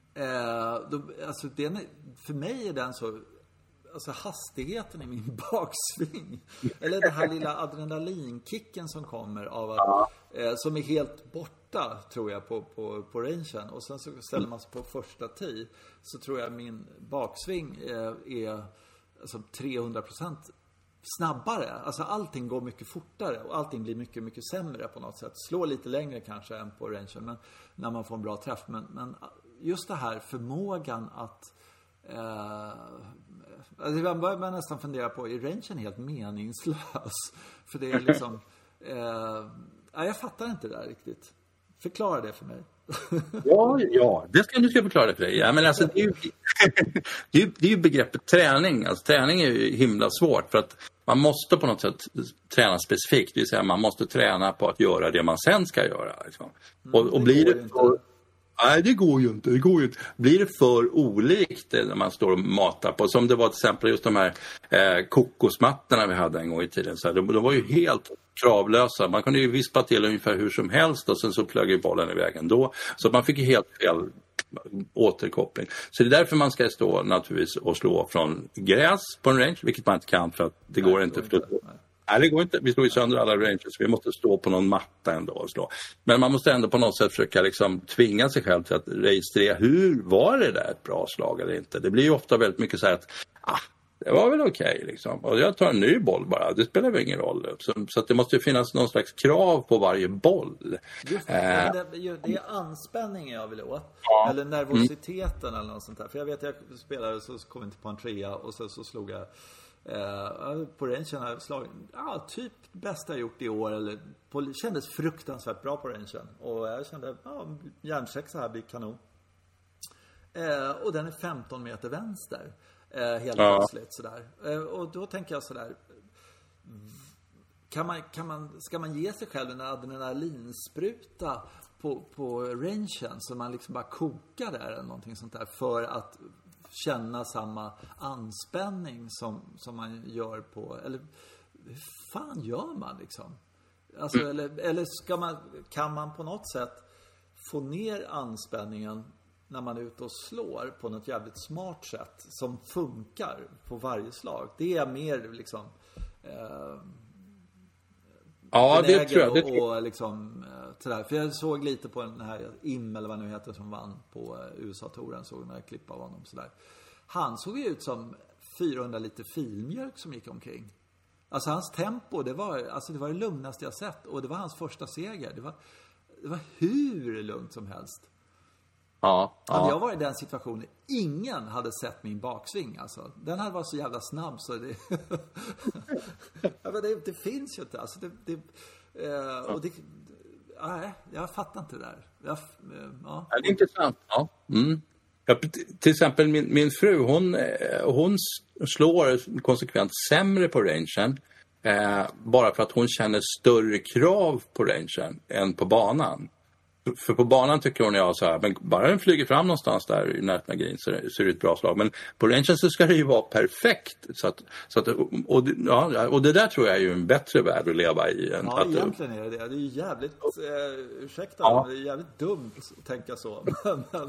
Eh, då, alltså den, för mig är den så... Alltså hastigheten i min baksving. Eller den här lilla adrenalinkicken som kommer av att, eh, som är helt borta, tror jag, på, på, på rangen. Och sen så ställer man sig på första tee, så tror jag min baksving eh, är alltså trehundra procent snabbare. Alltså allting går mycket fortare och allting blir mycket, mycket sämre på något sätt. Slå lite längre kanske än på rangen, men när man får en bra träff. Men, men just det här förmågan att eh, alltså jag börjar nästan fundera på, är rangen helt meningslös? För det är liksom eh, jag fattar inte det där riktigt. Förklara det för mig. Ja, ja, det ska du ska förklara det för dig. Ja, men alltså, det, är ju, det, är ju, det är ju begreppet träning. Alltså, träning är ju himla svårt för att man måste på något sätt träna specifikt. Det vill säga man måste träna på att göra det man sen ska göra. Liksom. Och, och blir det för, nej, det går ju inte. Det går ju inte. Blir det för olikt när man står och matar på, som det var till exempel just de här eh, kokosmattorna vi hade en gång i tiden. Så här, de, de var ju helt kravlösa. Man kunde ju vispa till ungefär hur som helst och sen så plögde ju bollen i vägen då. Så man fick ju helt fel återkoppling. Så det är därför man ska stå naturligtvis och slå från gräs på en range, vilket man inte kan för att det nej, går inte. För att, nej, det går inte. Vi slår ju sönder alla ranges. Vi måste stå på någon matta ändå och slå. Men man måste ändå på något sätt försöka liksom tvinga sig själv till att registrera hur var det där ett bra slag eller inte. Det blir ju ofta väldigt mycket så här att ah, det var väl okej okay, liksom. Och jag tar en ny boll bara. Det spelar väl ingen roll. Så, så att det måste ju finnas någon slags krav på varje boll. Just det, äh. det, det är anspänningen jag vill åt. Ja. Eller nervositeten mm. eller något sånt där. För jag vet att jag spelade så kom jag inte på en trea och så, så slog jag eh, på rangen har jag slagit ja, typ bästa jag gjort i år. Eller på, kändes fruktansvärt bra på rangen. Och jag kände, ja, järnsexa här blir kanon. Eh, och den är femton meter vänster. Eh, helt ja. plötsligt sådär. Eh, och då tänker jag sådär, kan man, kan man, ska man ge sig själv en adrenalinspruta på, på rangen så man liksom bara kokar där eller någonting sånt där för att känna samma anspänning som, som man gör på, eller hur fan gör man liksom? Alltså, mm. eller, eller ska man, kan man på något sätt få ner anspänningen när man är ute och slår på något jävligt smart sätt som funkar på varje slag? Det är mer liksom eh, ja, det tror jag. Och, det tror jag. och liksom eh, sådär. För jag såg lite på den här Im eller vad nu heter som vann på eh, U S A-touren, såg några klipp av honom sådär. Han såg ju ut som fyrahundra liter filmjölk som gick omkring. Alltså hans tempo, det var alltså det var det lugnaste jag sett, och det var hans första seger. Det var det var hur lugnt som helst. Ja, ja. Hade jag varit i den situationen, ingen hade sett min baksving alltså. Den hade varit så jävla snabb så det ja, men det, det finns ju inte alltså det, det eh, och det nej, jag fattar inte det där. Jag, eh, ja. Det är intressant. Ja. Mm. Ja, till exempel min, min fru, hon, hon slår konsekvent sämre på rangen eh, bara för att hon känner större krav på rangen än på banan. För på banan tycker hon ja så här, men bara den flyger fram någonstans där i närheten av green så, så är det ett bra slag. Men på rangen så ska det ju vara perfekt. Så att, så att, och, ja, och det där tror jag är ju en bättre värld att leva i. Än ja, att, egentligen är det det. Det är ju jävligt, eh, ursäkta, ja. Det är jävligt dumt att tänka så. men...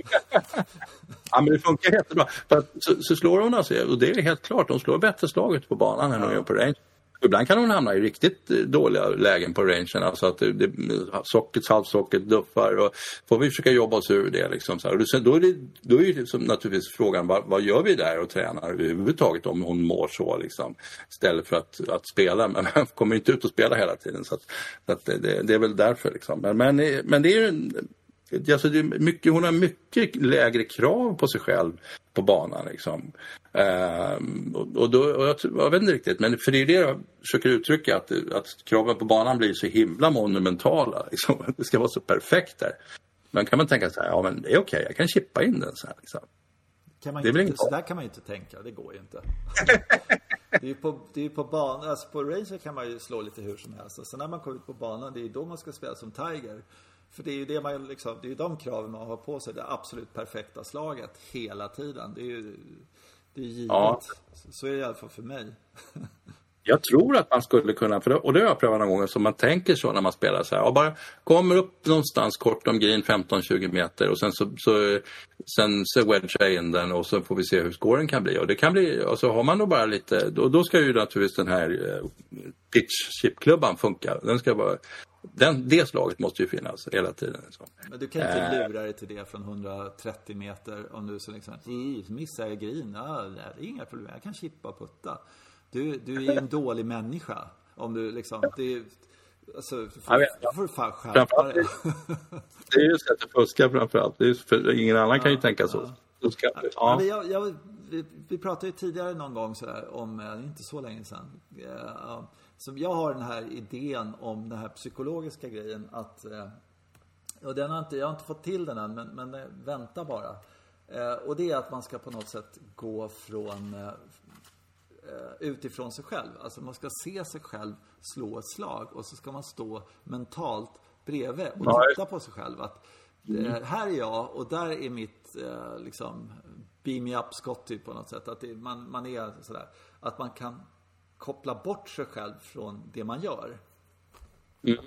ja, men det funkar jättebra. För att, så, så slår hon alltså, och det är helt klart, hon slår bättre slaget på banan än hon gör på rangen. Ibland kan hon hamna i riktigt dåliga lägen på rangen. Alltså att det, det, socket, halvsocket, duffar. Och får vi försöka jobba oss ur det. Liksom, så här. Och sen, då är det, då är det liksom, naturligtvis frågan, vad, vad gör vi där och tränar överhuvudtaget om hon mår så? Liksom, istället för att, att spela. Men man kommer inte ut och spela hela tiden. Så, att, så att det, det är väl därför. Liksom. Men, men, men det är ju... Alltså det är mycket, hon har mycket lägre krav på sig själv på banan liksom. Ehm, och, och, då, och jag, jag vet inte riktigt, men för det är det jag försöker uttrycka, att, att kraven på banan blir så himla monumentala liksom. Det ska vara så perfekt där. Men kan man tänka så här, ja men det är okej, okay, jag kan chippa in den så här liksom. Kan man inte, så där kan man ju inte tänka, det går ju inte. Det är ju på, det är på banan, alltså på ranger kan man ju slå lite hur som helst. Och sen när man kommer ut på banan, det är då man ska spela som Tiger. För det är ju det man liksom, det är ju de kraven man har på sig, det absolut perfekta slaget hela tiden. Det är ju det är givet. Ja. Så är det i alla fall för mig. Jag tror att man skulle kunna, för det, och det har jag prövat någon gång, så man tänker så när man spelar så här, och bara kommer upp någonstans kort om green femton tjugo meter och sen så, så sen så wedgar in den och så får vi se hur scoren kan bli. Och det kan bli, och så har man då bara lite, och då ska ju naturligtvis den här pitch chip-klubban funka. Den ska vara, den, det slaget måste ju finnas hela tiden. Så. Men du kan inte lura dig till det från hundratrettio meter om du så liksom, missar jag green, ja, det är inga problem, jag kan chippa och putta. Du, du är ju en dålig människa. Om du liksom, det är, alltså, du får, du får fan skärpa dig. Det är ju sätt att fuska framförallt. Det är, för ingen annan ja, kan ju tänka så. Ja. Ska, ja. Men jag, jag, vi, vi pratade ju tidigare någon gång så här, om, inte så länge sedan. Ja, så jag har den här idén om den här psykologiska grejen att, och den har inte, jag har inte fått till den än, men, men vänta bara. Och det är att man ska på något sätt gå från utifrån sig själv. Alltså man ska se sig själv slå ett slag och så ska man stå mentalt bredvid och titta på sig själv att eh, här är jag och där är mitt eh, liksom beam me up skott typ på något sätt, att det, man, man är sådär, att man kan koppla bort sig själv från det man gör. Mm.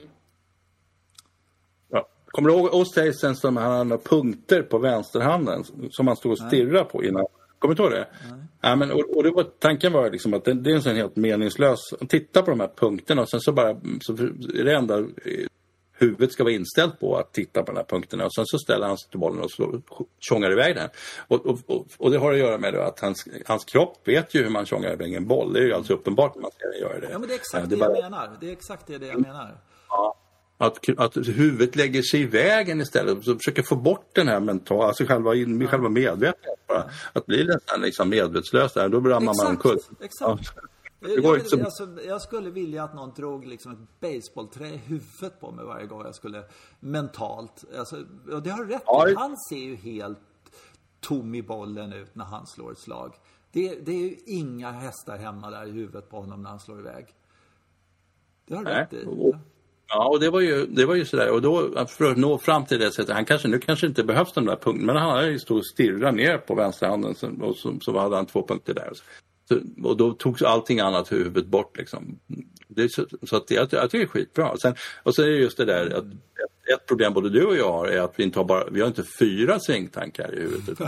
Ja. Kommer du ihåg Ostasen som han hade punkter på vänsterhanden som man stod och stirrade på innan? Kommer du ihåg det? Nej. Ja, men, och, och det var, tanken var liksom att det, det är en sån helt meningslös att titta på de här punkterna och sen så bara så är det enda huvudet ska vara inställt på att titta på de här punkterna och sen så ställer han sig till bollen och så tjongar iväg den. Och, och, och, och det har att göra med att hans, hans kropp vet ju hur man tjongar iväg en boll. Det är ju alltså uppenbart att man ska göra det. Ja, men det är exakt ja, det, det bara... jag menar. Det är exakt det, det jag menar. Ja. Att, att huvudet lägger sig i vägen istället så försöker få bort den här mentala, alltså själva, ja. själva medvetenheten. Ja. Att bli nästan liksom medvetslös där, då ramlar man omkull. Exakt. Ja. Jag, jag, som... alltså, jag skulle vilja att någon drog liksom ett baseballträ i huvudet på mig varje gång jag skulle mentalt. Alltså, och det har rätt. Ja. Han ser ju helt tom i bollen ut när han slår ett slag. Det, det är ju inga hästar hemma där i huvudet på honom när han slår iväg. Det har rätt i. Ja. Ja, och det var ju, det var ju sådär. Och då, för att nå fram till det sättet, han kanske, nu kanske inte behövs de där punkterna, men han hade ju stått och stirrat ner på vänsterhanden och så, så hade han två punkter där. Så, och då togs allting annat huvudet bort liksom. Det, så, så att jag, jag tycker det är skitbra. Sen, och så är det just det där, att ett, ett problem både du och jag har är att vi inte har bara, vi har inte fyra svingtankar i huvudet. Utan,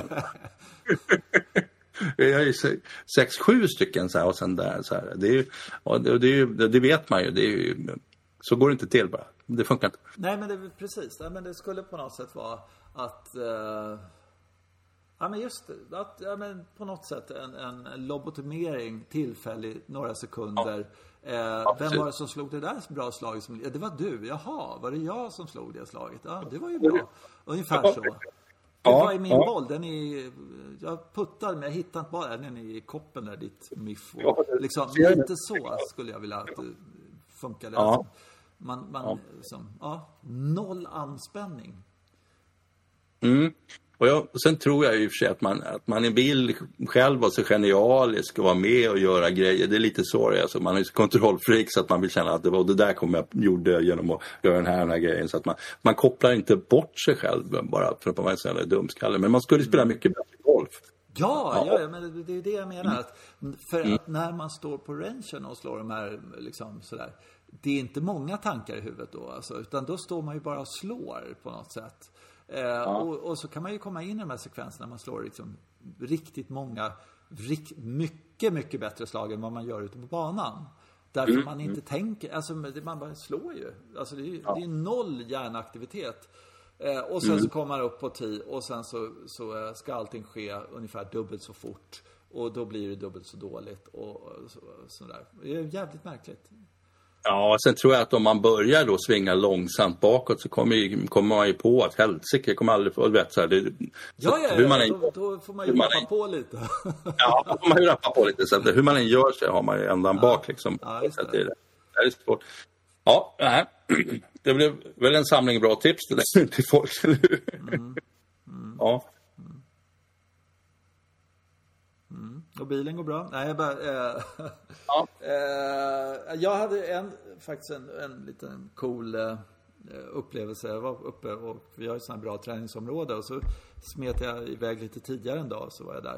vi har ju sex, sju stycken så här, och sen där så här. Det är ju, och det, det, är ju, det vet man ju, det är ju... Så går det inte till bara. Det funkar inte. Nej, men det är precis. Nej, men det skulle på något sätt vara att... Uh, ja, men just det. Att, ja, men på något sätt en, en lobotomering tillfällig några sekunder. Ja. Uh, ja, vem var det som slog det där bra slaget? Som, ja, det var du. Jaha, var det jag som slog det slaget? Ja, det var ju bra. Ungefär så. Det var i min ja. boll. Den är, jag puttade men jag hittade inte bara den i koppen där, ditt miff. Ja, liksom, lite så skulle jag vilja att det funkade. Ja. Alltså. Man, man ja. Som, ja, noll anspänning. Mm. Och jag, sen tror jag ju för sig att man, att man vill själv vara så genialisk och vara med och göra grejer. Det är lite så det är. Alltså man är så kontrollfreak så att man vill känna att det var det där kommer jag gjorde genom att göra den här, den här grejen. Så att man, man kopplar inte bort sig själv bara för att man är en dumskalle. Men man skulle spela mycket bättre golf. Ja, ja, ja, men det är det jag menar. Att för mm. att när man står på rangen och slår de här liksom sådär. Det är inte många tankar i huvudet då. Alltså, utan då står man ju bara och slår på något sätt. Eh, ja. och, och så kan man ju komma in i de här sekvenserna. Man slår liksom riktigt många, rikt, mycket, mycket bättre slag än vad man gör ute på banan. Därför mm. man inte tänker, alltså man bara slår ju. Alltså det är, ja. det är noll hjärnaktivitet. Eh, och sen mm. så kommer man upp på tio och sen så, så ska allting ske ungefär dubbelt så fort. Och då blir det dubbelt så dåligt och, och så, sådär. Det är jävligt märkligt. Ja, sen tror jag att om man börjar då svinga långsamt bakåt så kommer, ju, kommer man ju på att helsike, jag kommer aldrig få vet så här, det, ja, ja, ja, hur man än, då, då får man ju rappa än, på lite. Ja, då får man ju rappa på lite. Så hur man än gör sig har man ju ändan ja. bak liksom. Ja, just det. Det, det är svårt. Ja, nej. Det blev väl en samling bra tips till, till folk, eller hur? Mm. Mm. Ja. Mm. Mm. Och bilen går bra. Nej, jag bara... Eh, ja. eh, jag hade en, faktiskt en, en liten cool eh, upplevelse. Jag var uppe och vi har ett sådant här bra träningsområde. Och så smet jag iväg lite tidigare en dag, så var jag där.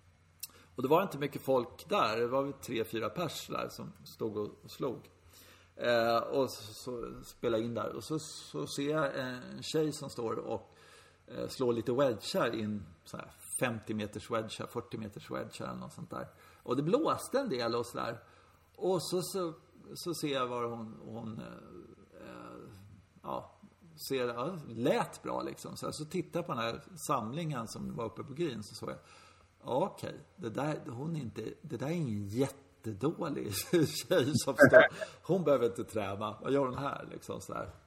Och det var inte mycket folk där. Det var tre, fyra pers där som stod och, och slog. Eh, och så, så spelade in där. Och så, så ser jag en tjej som står och eh, slår lite wedgar in så här femtio meters wedgar, fyrtio meters wedgar eller något sånt där. Och det blåste en del och sådär. Och så, så, så ser jag var hon, hon eh, ja, ser, ja, lät bra liksom. Så, så tittar jag på den här samlingen som var uppe på green, så såg jag, okej, okay, det där, hon är inte, det där är ingen jättedålig tjej som står. Hon behöver inte träna. Vad gör hon här liksom så här.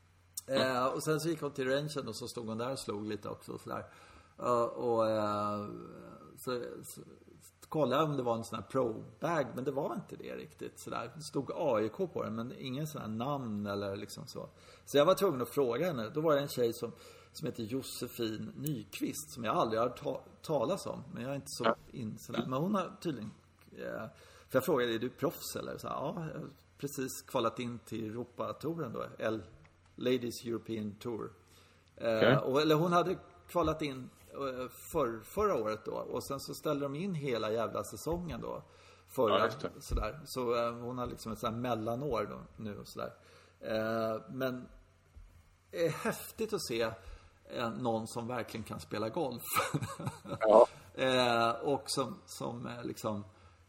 Eh, och sen så gick hon till rangen och så stod hon där och slog lite också och så där. Uh, och uh, så, så kollade jag om det var en sån här pro-bag, men det var inte det riktigt så där. Det stod A I K på den, men ingen sån här namn eller liksom så. Så jag var tvungen att fråga henne. Då var det en tjej som, som heter Josefin Nyqvist, som jag aldrig har ta- talas om, men jag är inte så in så där. Men hon har tydligen uh, för jag frågade, är du proffs eller så här, ja, jag har precis kvalat in till Europatouren då, L Ladies European Tour. Okay. Uh, och, eller hon hade kvalat in För, förra året då. Och sen så ställde de in hela jävla säsongen då. Förra, ja, sådär. Så eh, hon har liksom ett sådär mellanår då, nu och sådär. Eh, men det är häftigt att se eh, någon som verkligen kan spela golf. Ja. eh, och som, som eh, liksom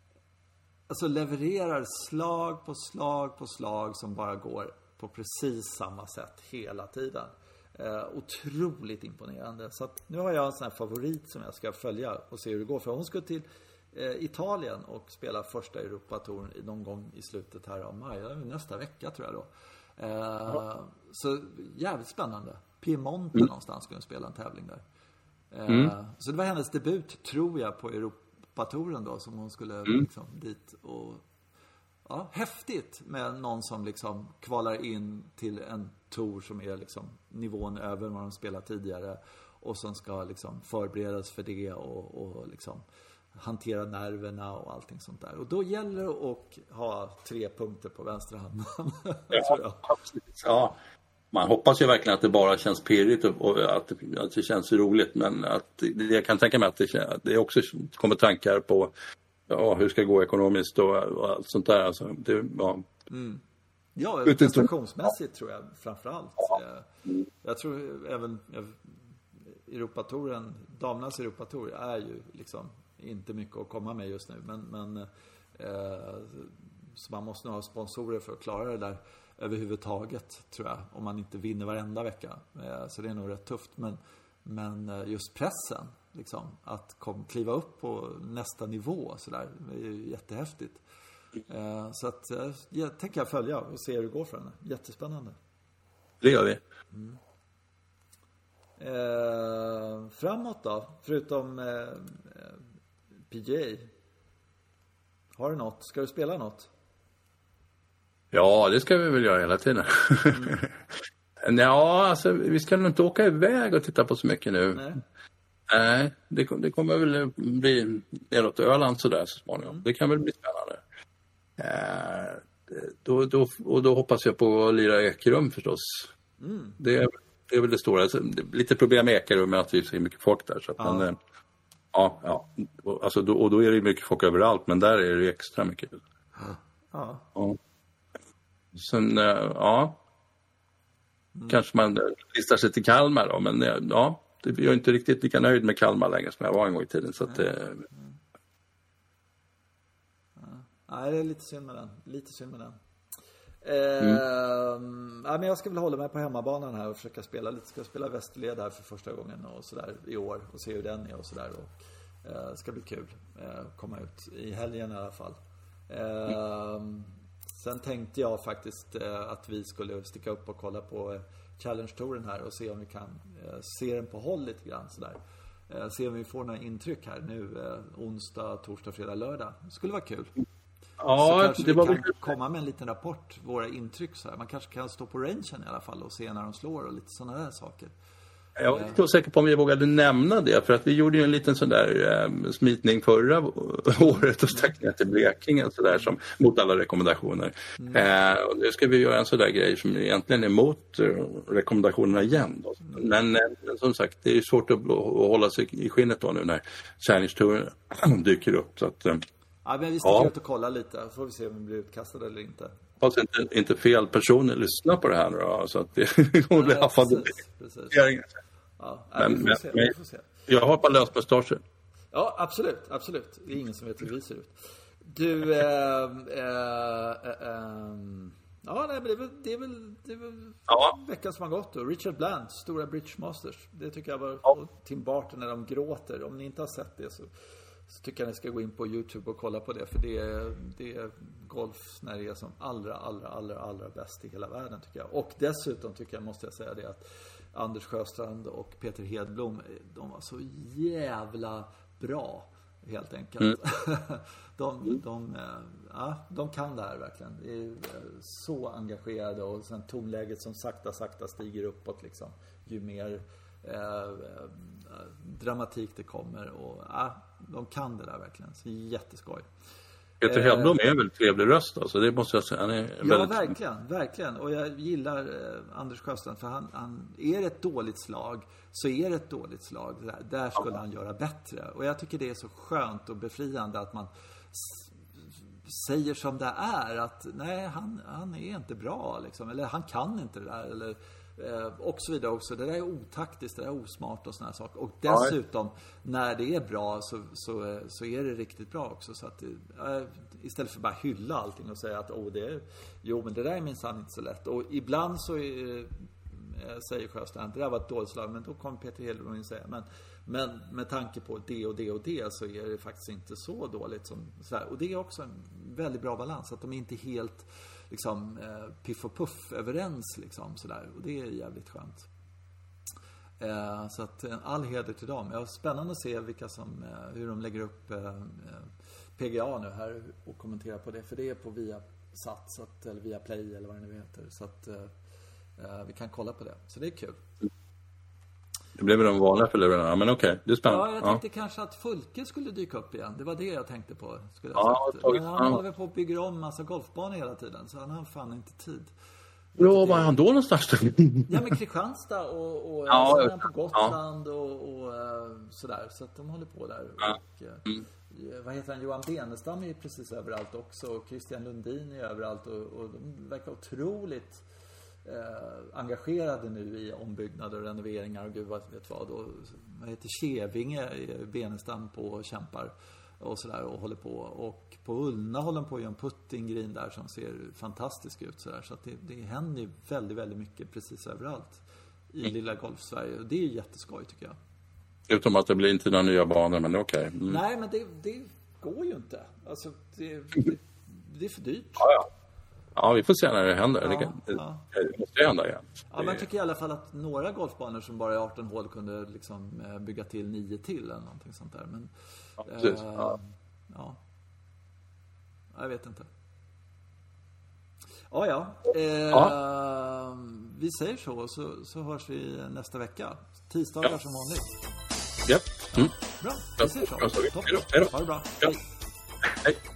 alltså levererar slag på slag på slag som bara går på precis samma sätt hela tiden. Uh, otroligt imponerande. Så att nu har jag en sån här favorit som jag ska följa och se hur det går. För hon ska till uh, Italien och spela första Europatouren någon gång i slutet här av maj. Nästa vecka tror jag då. Uh, ja. Så jävligt spännande. Piemonte mm. någonstans skulle hon spela en tävling där. Uh, mm. Så det var hennes debut, tror jag, på Europatouren då, som hon skulle mm. liksom dit och... Ja, häftigt med någon som liksom kvalar in till en tour som är liksom nivån över vad de spelat tidigare och som ska liksom förberedas för det och, och liksom hantera nerverna och allting sånt där. Och då gäller det att ha tre punkter på vänstra handen. Ja, ja, man hoppas ju verkligen att det bara känns pirrigt och, och att, det, att det känns roligt, men att det, jag kan tänka mig att det, det också kommer tankar på ja, hur ska det gå ekonomiskt och, och allt sånt där. Alltså, det, ja. Mm. Ja, prestationsmässigt tror jag framförallt. Ja. Mm. Jag tror även Europatouren, damernas Europatour är ju liksom inte mycket att komma med just nu. Men, men eh, så man måste nog ha sponsorer för att klara det där överhuvudtaget, tror jag. Om man inte vinner varenda vecka. Eh, så det är nog rätt tufft. Men, men just pressen, liksom, att kom, kliva upp på nästa nivå så där, är ju jättehäftigt. Uh, så att uh, jag tänker jag följa och se hur det går för henne. Jättespännande. Det gör vi. Mm. Uh, framåt då, förutom uh, P G A. Har du något? Ska du spela något? Ja, det ska vi väl göra hela tiden. Mm. Ja, alltså vi ska nog inte åka iväg och titta på så mycket nu. Nej. Nej, det, det kommer väl bli neråt Öland sådär så småningom. Mm. Det kan väl bli spännande. Eh, då, då, och då hoppas jag på att lira Ekerum förstås. Mm. Det, det är väl det stora. Alltså, det, lite problem med Ekerum är att det är så mycket folk där. Så att, ja. Men, eh, ja, ja. Alltså, då, och då är det mycket folk överallt, men där är det extra mycket. Ja. Ja. Sen, eh, ja. Mm. Kanske man listar sig till Kalmar då, men eh, ja. Jag är inte riktigt lika nöjd med Kalmar längre som jag var en gång i tiden. Så att, mm. Mm. Ja. Nej, det är lite synd med den. Lite synd med den. Eh, mm. ja, men jag ska väl hålla mig på hemmabanan här och försöka spela lite. Ska spela Västerled här för första gången och sådär i år. Och se hur den är och sådär. Och, eh, det ska bli kul. Eh, komma ut i helgen i alla fall. Eh, mm. Sen tänkte jag faktiskt eh, att vi skulle sticka upp och kolla på eh, Challenge-touren här och se om vi kan eh, se den på håll lite grann sådär. Eh, se om vi får några intryck här nu eh, onsdag, torsdag, fredag, lördag. Det skulle vara kul. Ja, så kanske det vi var kan väl... komma med en liten rapport, våra intryck så här. Man kanske kan stå på rangen i alla fall och se när de slår och lite sådana där saker. Jag är inte säker på om vi vågade nämna det, för att vi gjorde ju en liten sån där eh, smitning förra året och stack ner till Blekinge så där, som, mot alla rekommendationer. Mm. Eh, och det ska vi göra en sån där grej som egentligen är mot eh, rekommendationerna igen. Då. Mm. Men, eh, men som sagt, det är svårt att, att hålla sig i skinnet då nu när Challenge-touren dyker upp. Så att, eh, ja, men vi sticker ja. ut och kollar lite, så får vi se om vi blir utkastade eller inte. Fast inte, inte fel personer lyssnar på det här nu då, så att det kommer bli haffande. Ja, men, vi, får men, se, vi får se. Jag har bara löst mustaschen. Ja, absolut, absolut. Det är ingen som vet hur vi ser ut. Du, äh, äh, äh, ja, nej, men det är väl, det är väl, det är väl ja. veckan som har gått då. Richard Bland, stora Bridge Masters. Det tycker jag var, ja. och Tim Barton när de gråter. Om ni inte har sett det så, så tycker jag ni ska gå in på YouTube och kolla på det. För det är, det är golf när det är som allra, allra, allra, allra bäst i hela världen tycker jag. Och dessutom tycker jag, måste jag säga det, att Anders Sjöstrand och Peter Hedblom, de var så jävla bra helt enkelt. Mm. de, de, ja, de kan det här verkligen. De är så engagerade och sen tonläget som sakta, sakta stiger uppåt liksom. Ju mer eh, dramatik det kommer och ja, de kan det där verkligen. Så jätteskoj. Peter Hedblom är väl trevlig röst alltså, det måste jag säga. Han är ja, väldigt... verkligen, verkligen. Och jag gillar eh, Anders Sjöstrand för han, han är ett dåligt slag så är det ett dåligt slag. Där, där skulle ja. han göra bättre. Och jag tycker det är så skönt och befriande att man s- säger som det är. Att nej, han, han är inte bra liksom. Eller han kan inte det där. Eller eh, och så vidare också. Det där är otaktiskt, det där är osmart och såna här saker. Och dessutom, ja. när det är bra så, så, så är det riktigt bra också. Så att eh, istället för bara hylla allting och säga att oh, det är, jo, men det där är minsann inte så lätt. Och ibland så är, eh, säger Sjöstrand, det där var ett dåligt slag, men då kommer Peter Hedblom och säga men, men med tanke på det och det och det så är det faktiskt inte så dåligt som så här. Och det är också en väldigt bra balans, att de är inte helt liksom eh, piff och puff överens liksom sådär, och det är jävligt skönt. Eh, så att en all heder till dem. Det är spännande att se vilka som, eh, hur de lägger upp eh, P G A nu här och kommentera på det, för det är på via Sat, så att, eller via Play eller vad det nu heter, så att eh, vi kan kolla på det, så det är kul. Det blev väl de vanliga förlorarna, men okej, okay, det är spännande. Ja, jag tänkte ja. kanske att Fulke skulle dyka upp igen. Det var det jag tänkte på. Skulle jag ja, sagt. Men han håller på att bygga om massa golfbanor hela tiden, så han har fan inte tid. Ja, var är han då någonstans? Ja, men Kristianstad och, och ja, sen på Gotland ja. och, och sådär. Så att de håller på där. Ja. Och, mm. vad heter han? Johan Benestam är precis överallt också. Och Christian Lundin är överallt. Och, och de verkar otroligt eh, engagerade nu i ombyggnader och renoveringar. Och gud vad vet vad. Och, vad heter Kävinge Benestam på och kämpar. Och sådär och håller på. Och på Ullna håller de på att göra en puttinggrin där som ser fantastisk ut sådär. Så att det, det händer ju väldigt, väldigt mycket precis överallt i mm. lilla golf-Sverige. Och det är ju jätteskoj tycker jag. Utom att det blir inte några nya banor, men okej. Okay. Mm. Nej, men det, det går ju inte. Alltså, det, det, det är för dyrt. Ja, ja. Ja, vi får se när det händer. Ja, det, kan, ja. det måste hända igen. Ja, men jag tycker i alla fall att några golfbanor som bara är arton hål kunde liksom bygga till nio till eller någonting sånt där. Men, ja, precis. Eh, ja. ja. Jag vet inte. Ja, ja. Eh, ja. vi säger så, så, så hörs vi nästa vecka. Tisdagar ja. som vanligt. Ja. Mm. Bra, vi säger så. Toppen. Hej då. Ha det bra. Ja. Hej. Hej.